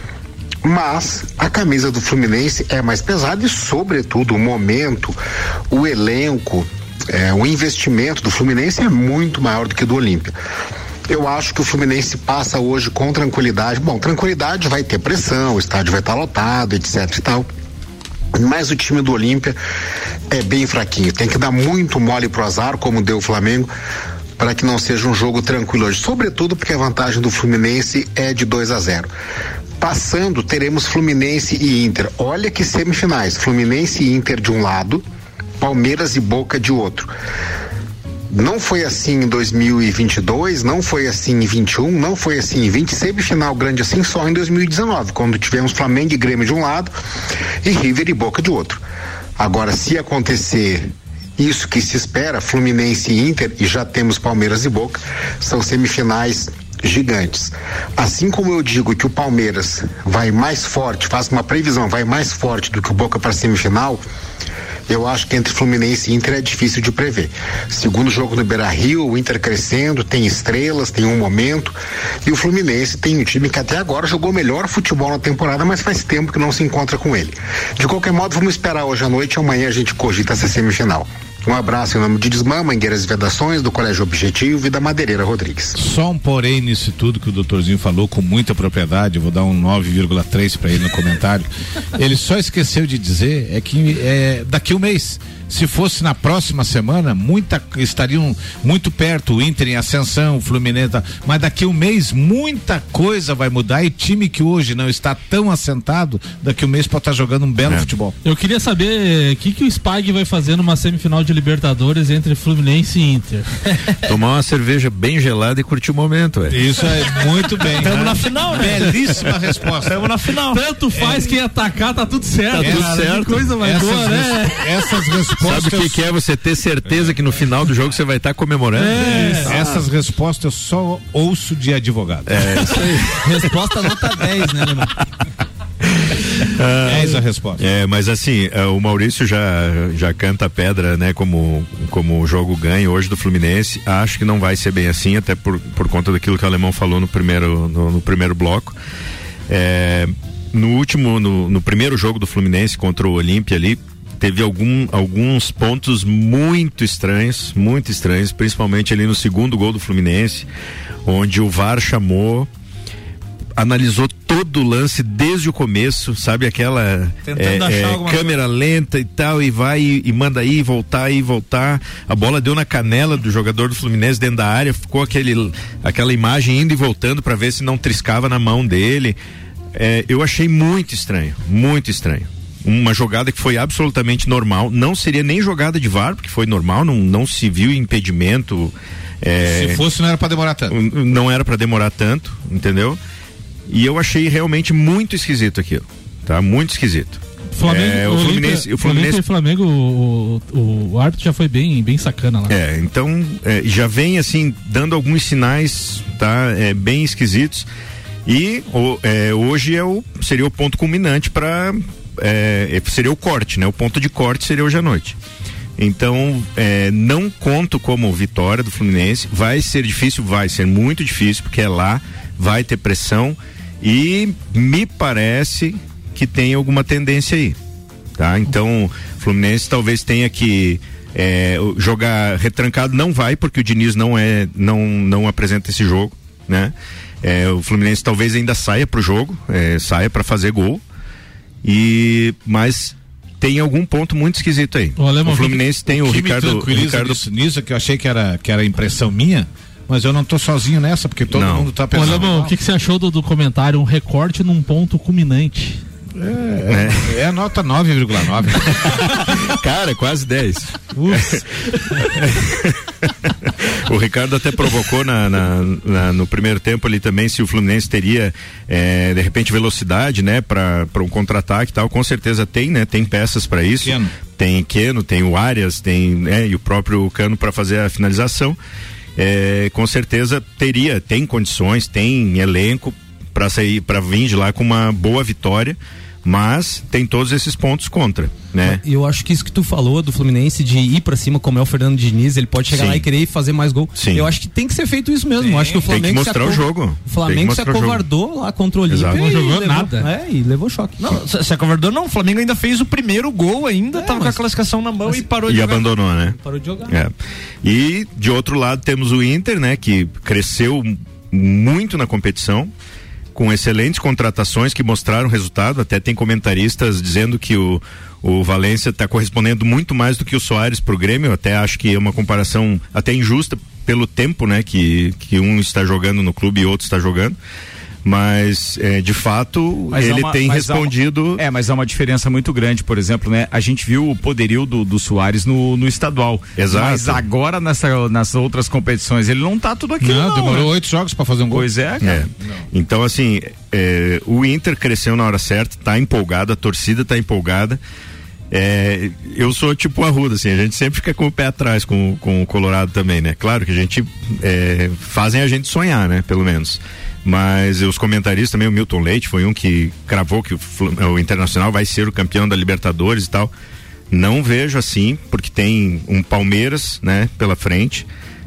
Mas a camisa do Fluminense é mais pesada e, sobretudo, o momento, o elenco, o investimento do Fluminense é muito maior do que do Olímpia. Eu acho que o Fluminense passa hoje com tranquilidade. Bom, tranquilidade, vai ter pressão, o estádio vai estar lotado, etc e tal. Mas o time do Olímpia é bem fraquinho, tem que dar muito mole pro azar, como deu o Flamengo, para que não seja um jogo tranquilo hoje, sobretudo porque a vantagem do Fluminense é de 2-0. Passando, teremos Fluminense e Inter. Olha que semifinais, Fluminense e Inter de um lado, Palmeiras e Boca de outro. Não foi assim em 2022, não foi assim em 21, não foi assim em 20, semifinal grande assim só em 2019, quando tivemos Flamengo e Grêmio de um lado e River e Boca de outro. Agora, se acontecer isso que se espera, Fluminense e Inter, e já temos Palmeiras e Boca, são semifinais gigantes. Assim como eu digo que o Palmeiras vai mais forte, faço uma previsão, vai mais forte do que o Boca para a semifinal, eu acho que entre Fluminense e Inter é difícil de prever. Segundo jogo no Beira-Rio, o Inter crescendo, tem estrelas, tem um momento, e o Fluminense tem um time que até agora jogou melhor futebol na temporada, mas faz tempo que não se encontra com ele. De qualquer modo, vamos esperar hoje à noite e amanhã a gente cogita essa semifinal. Um abraço em nome de Desmã, Mangueiras e Vedações, do Colégio Objetivo e da Madeireira Rodrigues. Só um porém nisso tudo que o doutorzinho falou com muita propriedade, eu vou dar um 9,3 para ele no comentário. Ele só esqueceu de dizer que daqui um mês, se fosse na próxima semana, estariam muito perto, o Inter em ascensão, o Fluminense, mas daqui um mês muita coisa vai mudar e time que hoje não está tão assentado, daqui um mês pode estar jogando um belo futebol. Eu queria saber o que o Spag vai fazer numa semifinal de Libertadores entre Fluminense e Inter. Tomar uma cerveja bem gelada e curtir o momento, velho. Isso é muito bem. Estamos na final, né? Belíssima resposta. Estamos na final. Tanto faz quem atacar, tá tudo certo. Tá tudo certo. Que coisa mais boa, né? Essas respostas. Sabe o que é você ter certeza que no final do jogo você vai estar comemorando? Essas respostas eu só ouço de advogado. É isso aí. Resposta nota 10, né, Alemão? 10 a resposta. Mas assim, o Maurício já canta a pedra, né, como o jogo ganha hoje do Fluminense. Acho que não vai ser bem assim, até por conta daquilo que o Alemão falou no primeiro bloco. No primeiro jogo do Fluminense contra o Olímpia ali, teve alguns pontos muito estranhos, principalmente ali no segundo gol do Fluminense, onde o VAR chamou, analisou todo o lance desde o começo, sabe, aquela câmera lenta e tal, e vai e manda ir, voltar, a bola deu na canela do jogador do Fluminense dentro da área, ficou aquela imagem indo e voltando para ver se não triscava na mão dele. Eu achei muito estranho. Uma jogada que foi absolutamente normal, não seria nem jogada de VAR, porque foi normal, não se viu impedimento. Se fosse, não era para demorar tanto. Não era para demorar tanto, entendeu? E eu achei realmente muito esquisito aquilo, tá? Muito esquisito. O Fluminense e Flamengo, o árbitro já foi bem sacana lá. Então já vem assim, dando alguns sinais, tá? Bem esquisitos. E hoje seria o ponto culminante para seria o corte, né? O ponto de corte seria hoje à noite. Então, não conto como vitória do Fluminense. Vai ser difícil, vai ser muito difícil, porque é lá, vai ter pressão e me parece que tem alguma tendência aí, tá? Então, o Fluminense talvez tenha que jogar retrancado, não vai, porque o Diniz não apresenta esse jogo, né? O Fluminense talvez ainda saia pro jogo, saia para fazer gol, mas tem algum ponto muito esquisito aí. O Fluminense tem o Ricardo. Nisso que eu achei que era impressão minha, mas eu não tô sozinho nessa, porque todo mundo tá pensando. Alemão, o que você achou do comentário? Um recorte num ponto culminante. É nota 9,9. Cara, quase 10. O Ricardo até provocou no primeiro tempo ali também se o Fluminense teria de repente velocidade, né, para um contra-ataque e tal. Com certeza tem, né? Tem peças para isso. Tem Keno, tem o Arias, e o próprio Cano para fazer a finalização. Com certeza tem condições, tem elenco para vir de lá com uma boa vitória, mas tem todos esses pontos contra, né? E eu acho que isso que tu falou do Fluminense de ir pra cima, como é o Fernando Diniz, ele pode chegar lá e querer fazer mais gol. Sim. Eu acho que tem que ser feito isso mesmo. Eu acho que o Flamengo tem que mostrar o jogo. O Flamengo se acovardou lá contra o Olímpia. Não jogou nada. E levou choque. Não, se acovardou não. O Flamengo ainda fez o primeiro gol ainda, tava com a classificação na mão e parou de jogar. E abandonou, né? Parou de jogar. E de outro lado temos o Inter, né? Que cresceu muito na competição, com excelentes contratações que mostraram resultado. Até tem comentaristas dizendo que o Valência está correspondendo muito mais do que o Soares pro Grêmio. Eu até acho que é uma comparação até injusta pelo tempo, né, que um está jogando no clube e outro está jogando. Mas, de fato, ele tem respondido. Mas há uma diferença muito grande, por exemplo, né? A gente viu o poderio do Soares no estadual. Exato. Mas agora, nas outras competições, ele não tá tudo aquilo. Não, demorou 8 jogos para fazer um gol. Pois é, cara. Então, assim, o Inter cresceu na hora certa, tá empolgado, a torcida tá empolgada. Eu sou tipo Arruda, assim, a gente sempre fica com o pé atrás com o Colorado também, né? Claro que a gente fazem a gente sonhar, né? Pelo menos. Mas os comentaristas também, o Milton Leite foi um que cravou que o Internacional vai ser o campeão da Libertadores e tal. Não vejo assim, porque tem um Palmeiras, né, pela frente.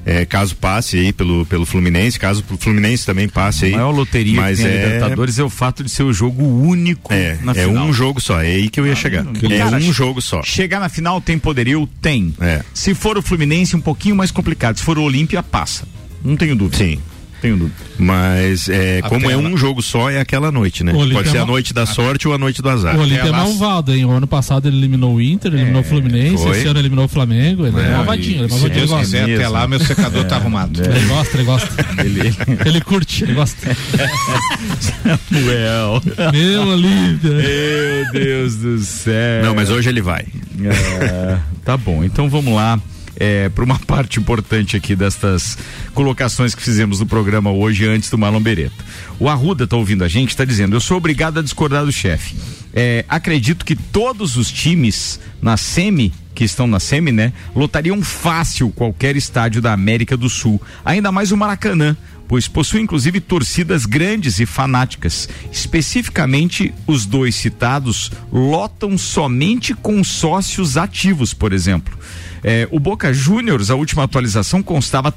caso passe aí pelo Fluminense, caso o Fluminense também passe aí. A maior loteria mas que tem a Libertadores é o fato de ser o jogo único na final. É um jogo só, é aí que eu ia chegar. Um jogo só. Chegar na final tem poderio? Tem. Se for o Fluminense, um pouquinho mais complicado. Se for o Olímpia, passa. Não tenho dúvida. Sim. Tenho dúvida. Mas como é um jogo só, é aquela noite, né? Pode ser a noite da sorte ou a noite do azar. O Olímpia é malvado, hein? O ano passado ele eliminou o Inter, eliminou o Fluminense, esse ano eliminou o Flamengo, ele é malvadinho. Se Deus quiser, até lá meu secador tá arrumado. Ele gosta. Ele curte, ele gosta. Samuel. Meu Olímpia. Meu Deus do céu. Não, mas hoje ele vai. Tá bom, então vamos lá. Para uma parte importante aqui destas colocações que fizemos no programa hoje antes do Marlon Beretta. O Arruda tá ouvindo a gente, tá dizendo: eu sou obrigado a discordar do chefe. Acredito que todos os times que estão na semi, né, lotariam fácil qualquer estádio da América do Sul, ainda mais o Maracanã, pois possui inclusive torcidas grandes e fanáticas. Especificamente, os dois citados lotam somente com sócios ativos, por exemplo. O Boca Juniors, a última atualização, constava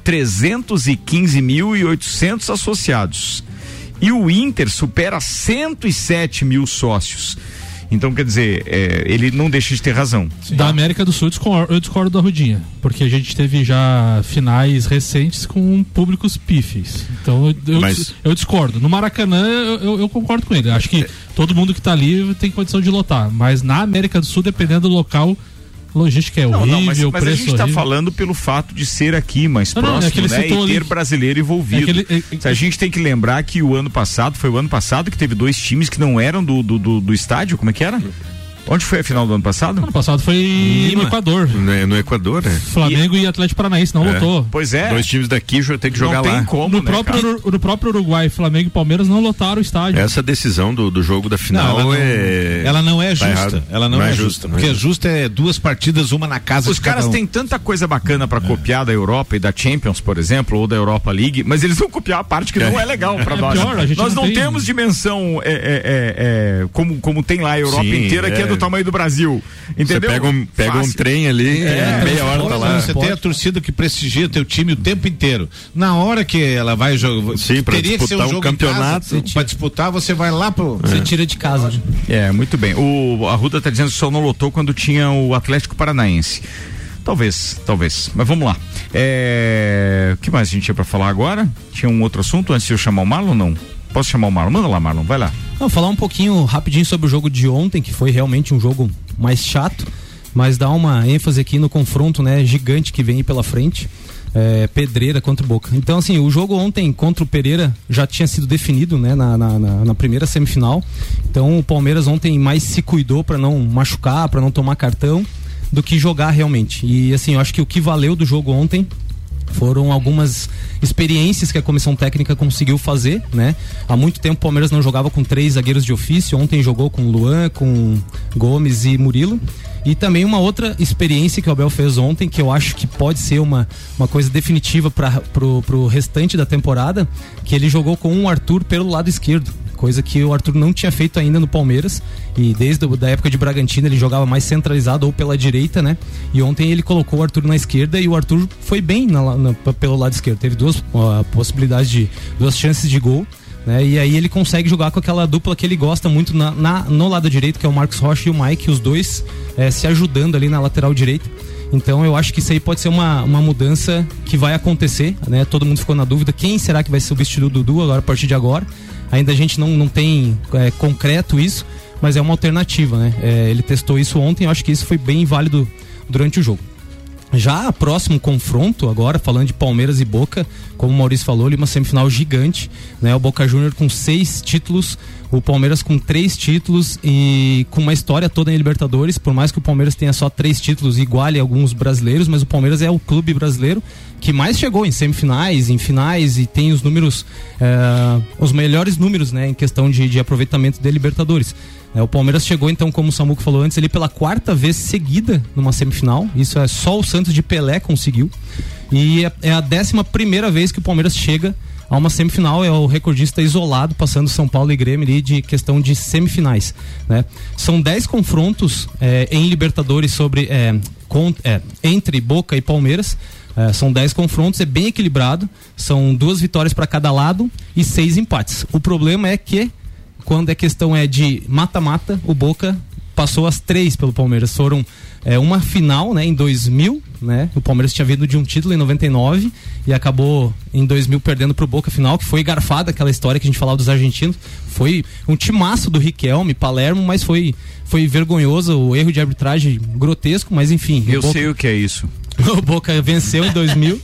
315.800 associados. E o Inter supera 107 mil sócios. Então, quer dizer, ele não deixa de ter razão. Sim. Da América do Sul, eu discordo da Rudinha, porque a gente teve já finais recentes com públicos pífios. Então, eu discordo. No Maracanã, eu concordo com ele. Acho que todo mundo que está ali tem condição de lotar. Mas na América do Sul, dependendo do local, logística é horrível, mas a gente está falando pelo fato de ser aqui mais próximo, né? E ter brasileiro envolvido. A gente tem que lembrar que foi o ano passado que teve dois times que não eram do estádio, como é que era? Onde foi a final do ano passado? Ano passado foi no Equador. No Equador, Flamengo e Atlético Paranaense, não lotou. Pois é. Dois times daqui tem que jogar lá. Não tem como, no próprio Uruguai, Flamengo e Palmeiras não lotaram o estádio. Essa decisão do jogo da final ela não é justa. Ela não é justa. Porque justa é 2 partidas, uma na casa Os caras têm tanta coisa bacana pra copiar da Europa e da Champions, por exemplo, ou da Europa League, mas eles vão copiar a parte que não é legal pra nós. Pior, nós não temos dimensão como tem lá a Europa inteira, que é do tamanho do Brasil. Entendeu? Você pega um trem ali, meia hora tá lá. Você tem a torcida que prestigia teu time o tempo inteiro. Na hora que ela vai jogar, teria que ser um jogo campeonato. Para disputar, você vai lá Você tira de casa. Muito bem. O Arruda tá dizendo que só não lotou quando tinha o Atlético Paranaense. Talvez. Mas vamos lá. O que mais a gente tinha pra falar agora? Tinha um outro assunto antes de eu chamar o Marlon ou não? Posso chamar o Marlon? Manda lá, Marlon, vai lá. Falar um pouquinho rapidinho sobre o jogo de ontem, que foi realmente um jogo mais chato, mas dá uma ênfase aqui no confronto, né, gigante que vem aí pela frente. Pedreira contra o Boca. Então, assim, o jogo ontem contra o Pereira já tinha sido definido, né, na primeira semifinal. Então, o Palmeiras ontem mais se cuidou para não machucar, para não tomar cartão, do que jogar realmente. E, assim, eu acho que o que valeu do jogo ontem foram algumas experiências que a comissão técnica conseguiu fazer, né? Há muito tempo o Palmeiras não jogava com 3 zagueiros de ofício. Ontem jogou com Luan, com Gomes e Murilo. E também uma outra experiência que o Abel fez ontem, que eu acho que pode ser uma coisa definitiva pro restante da temporada, que ele jogou com o Arthur pelo lado esquerdo, coisa que o Arthur não tinha feito ainda no Palmeiras, e desde a época de Bragantino ele jogava mais centralizado ou pela direita, né? E ontem ele colocou o Arthur na esquerda e o Arthur foi bem pelo lado esquerdo, teve 2 possibilidades 2 chances de gol, né? E aí ele consegue jogar com aquela dupla que ele gosta muito no lado direito, que é o Marcos Rocha e o Mike, os dois se ajudando ali na lateral direita. Então eu acho que isso aí pode ser uma mudança que vai acontecer, né? Todo mundo ficou na dúvida, quem será que vai substituir o Dudu agora, a partir de agora? Ainda a gente não tem concreto isso, mas é uma alternativa, né? Ele testou isso ontem, eu acho que isso foi bem válido durante o jogo. Já o próximo confronto, agora falando de Palmeiras e Boca, como o Maurício falou, ali uma semifinal gigante, né? O Boca Juniors com 6 títulos, o Palmeiras com 3 títulos e com uma história toda em Libertadores, por mais que o Palmeiras tenha só 3 títulos, iguale a alguns brasileiros, mas o Palmeiras é o clube brasileiro que mais chegou em semifinais, em finais, e tem os números, os melhores números, né, em questão de aproveitamento de Libertadores. O Palmeiras chegou, então, como o Samuco falou antes, ali pela 4ª vez seguida numa semifinal. Isso é só o Santos de Pelé conseguiu. E é a 11ª vez que o Palmeiras chega a uma semifinal. É o recordista isolado, passando São Paulo e Grêmio ali de questão de semifinais, né? São 10 confrontos em Libertadores entre Boca e Palmeiras. São 10 confrontos, é bem equilibrado, são 2 vitórias para cada lado e 6 empates. O problema é que quando a questão é de mata-mata, o Boca passou as 3 pelo Palmeiras. Foram uma final, né, em 2000, né? O Palmeiras tinha vindo de um título em 99 e acabou em 2000 perdendo pro Boca final, que foi garfada aquela história que a gente falava dos argentinos. Foi um timaço do Riquelme, Palermo, mas foi vergonhoso, o erro de arbitragem grotesco, mas enfim. Eu sei o que é isso. O Boca venceu em 2000,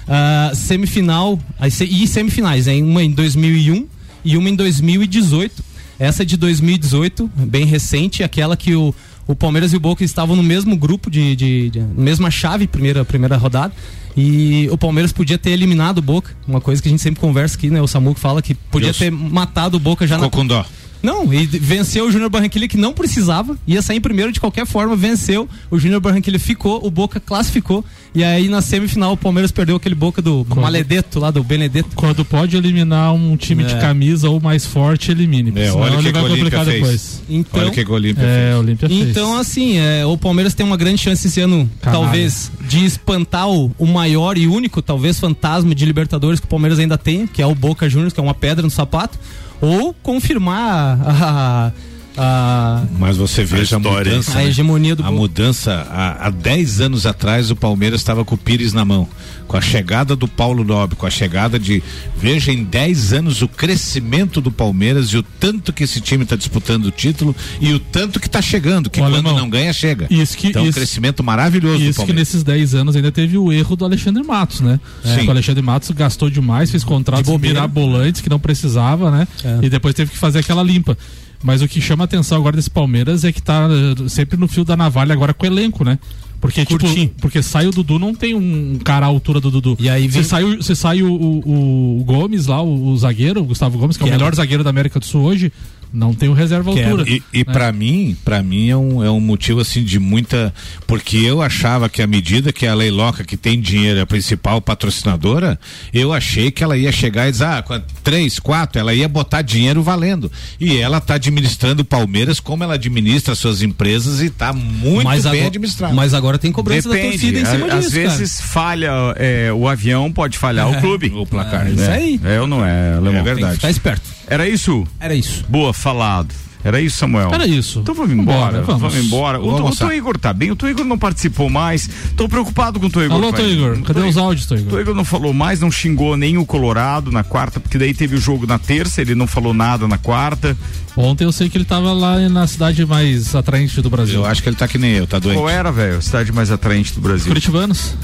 semifinal e semifinais, né? Uma em 2001 e uma em 2018. Essa de 2018, bem recente, aquela que o Palmeiras e o Boca estavam no mesmo grupo mesma chave, primeira rodada, e o Palmeiras podia ter eliminado o Boca, uma coisa que a gente sempre conversa aqui, né? O Samuco fala que podia ter matado o Boca já com dó. Não, e venceu o Júnior Barranquilla, que não precisava, ia sair em primeiro de qualquer forma, venceu, o Júnior Barranquilla ficou, o Boca classificou, e aí na semifinal o Palmeiras perdeu aquele Boca do Maledetto lá, do Benedetto. Quando pode eliminar um time de camisa ou mais forte, elimine. Olha o que vai complicar depois. Então, olha o que o Olímpia fez. O Olímpia fez. Então, assim, o Palmeiras tem uma grande chance esse ano, talvez, de espantar o maior e único, talvez, fantasma de Libertadores que o Palmeiras ainda tem, que é o Boca Juniors, que é uma pedra no sapato, ou confirmar mas você veja a mudança, a hegemonia do Boca. A mudança, há 10 anos atrás o Palmeiras estava com o Pires na mão, com a chegada do Paulo Nobre, com a chegada veja em 10 anos o crescimento do Palmeiras e o tanto que esse time está disputando o título e o tanto que está chegando, que quando não ganha, chega. Um crescimento maravilhoso do Palmeiras. Isso que nesses 10 anos ainda teve o erro do Alexandre Matos, né? O Alexandre Matos gastou demais, fez contratos mirabolantes que não precisava, né? E depois teve que fazer aquela limpa. Mas o que chama a atenção agora desse Palmeiras é que tá sempre no fio da navalha agora com o elenco, né? Porque, porque sai o Dudu, não tem um cara à altura do Dudu. E aí você sai o Gomes lá, o zagueiro, o Gustavo Gomes, que é o melhor zagueiro da América do Sul hoje, não tem o reserva à altura. E pra mim é um motivo assim de muita, porque eu achava que à medida que a Leiloca, que tem dinheiro, é a principal patrocinadora, eu achei que ela ia chegar e dizer, 3, 4, ela ia botar dinheiro valendo. E ela tá administrando o Palmeiras como ela administra suas empresas e tá muito bem administrado. Mas agora tem cobrança da torcida em cima disso, às vezes falha o avião, pode falhar o clube. O placar. Isso aí. Ou não é, Alemão? É verdade. Tá esperto. Era isso? Era isso. Boa, falado. Era isso, Samuel? Era isso. Então vamos embora. Vamos embora. O Tô Igor tá bem. O Tô Igor não participou mais. Tô preocupado com o Tô Igor. Alô, Tô Igor. Cadê os áudios, Tô Igor? Tô Igor não falou mais, não xingou nem o Colorado na quarta, porque daí teve o jogo na terça, ele não falou nada na quarta. Ontem eu sei que ele tava lá na cidade mais atraente do Brasil. Eu acho que ele tá que nem eu, tá doente. Qual era, velho? A cidade mais atraente do Brasil? Curitibanos.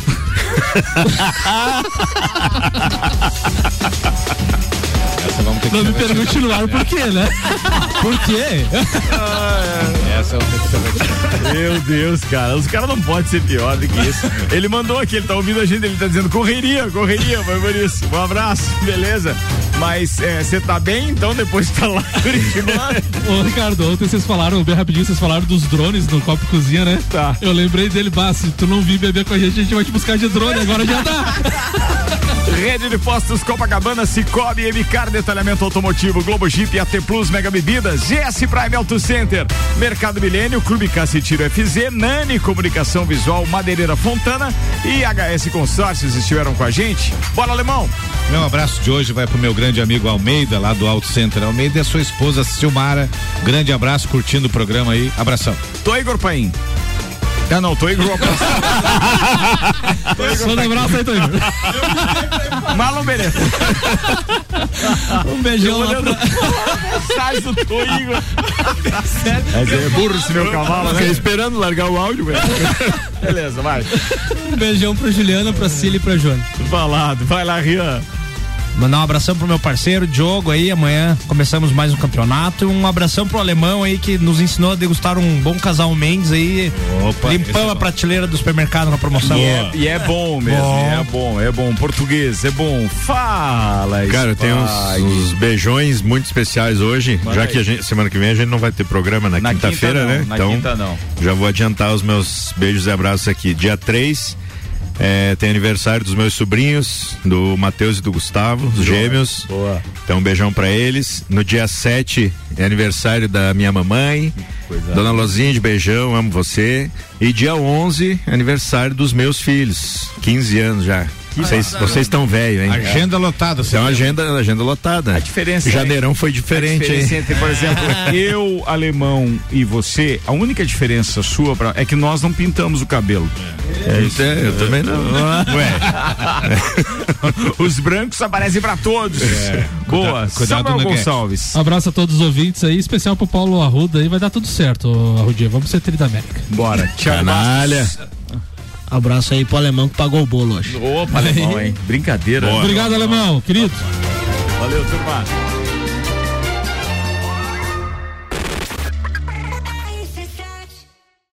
Não me pergunte no ar por quê, né? Por quê? Essa é o Meu Deus, cara. Os caras não podem ser pior do que isso. Ele mandou aqui, ele tá ouvindo a gente, ele tá dizendo correria, foi por isso. Um abraço, beleza? Mas você tá bem, então, depois de tá lá em Curitiba? Ô, Ricardo, ontem vocês falaram, bem rapidinho, vocês falaram dos drones no Copo Cozinha, né? Tá. Eu lembrei dele, se tu não vir beber com a gente vai te buscar de drone, agora já dá. Rede de Postos Copacabana, Cicobi, MCAR, Detalhamento Automotivo, Globo Jeep, AT Plus, Mega Bebidas, GS Prime Auto Center, Mercado Milênio, Clube Cacetiro FZ, Nani Comunicação Visual, Madeireira Fontana e HS Consórcios estiveram com a gente. Bora, Alemão! Meu abraço de hoje vai pro meu grande amigo Almeida, lá do Auto Center Almeida, e a sua esposa Silmara. Grande abraço, curtindo o programa aí. Abração. Tô Igor Paim. Não, Tô Igor. Manda um abraço aí, Tô Igor. Marlon Beretta. Um beijão lá pra... mensagem do Tô Igor. É burro esse meu cavalo, né? Fiquei esperando largar o áudio, velho. Beleza, vai. Um beijão pra Juliana, pra Cília e pra Joana. Falado. Vai lá, Rian. Mandar um abração pro meu parceiro Diogo aí, amanhã começamos mais um campeonato, um abração pro Alemão aí que nos ensinou a degustar um bom casal Mendes aí. Opa, limpamos a prateleira do supermercado na promoção. E é bom mesmo, é bom, português, é bom. Fala, cara, tem uns beijões muito especiais hoje, já que semana que vem a gente não vai ter programa na quinta-feira, né? Então, já vou adiantar os meus beijos e abraços aqui. Dia 3 Tem aniversário dos meus sobrinhos, do Matheus e do Gustavo, os gêmeos. Boa. Então um beijão pra eles. No dia 7 é aniversário da minha mamãe. Dona Lozinha, de beijão, amo você. E dia 11 é aniversário dos meus filhos, 15 anos já. Vocês estão velhos, hein? Agenda lotada. Então, agenda lotada. A diferença Janeirão foi diferente, a diferença entre, por exemplo, eu, Alemão e você, a única diferença sua é que nós não pintamos o cabelo. Eu também não. Ué. Os brancos aparecem pra todos. Boa. Samuel Gonçalves. Abraço a todos os ouvintes aí, especial pro Paulo Arruda aí, vai dar tudo certo, Arrudinha. Vamos ser Tri da América. Bora. Tchau. Canalha. Abraço aí pro Alemão que pagou o bolo hoje. Opa, Alemão, hein? Brincadeira. Boa. Obrigado, Alemão, querido. Valeu, turma.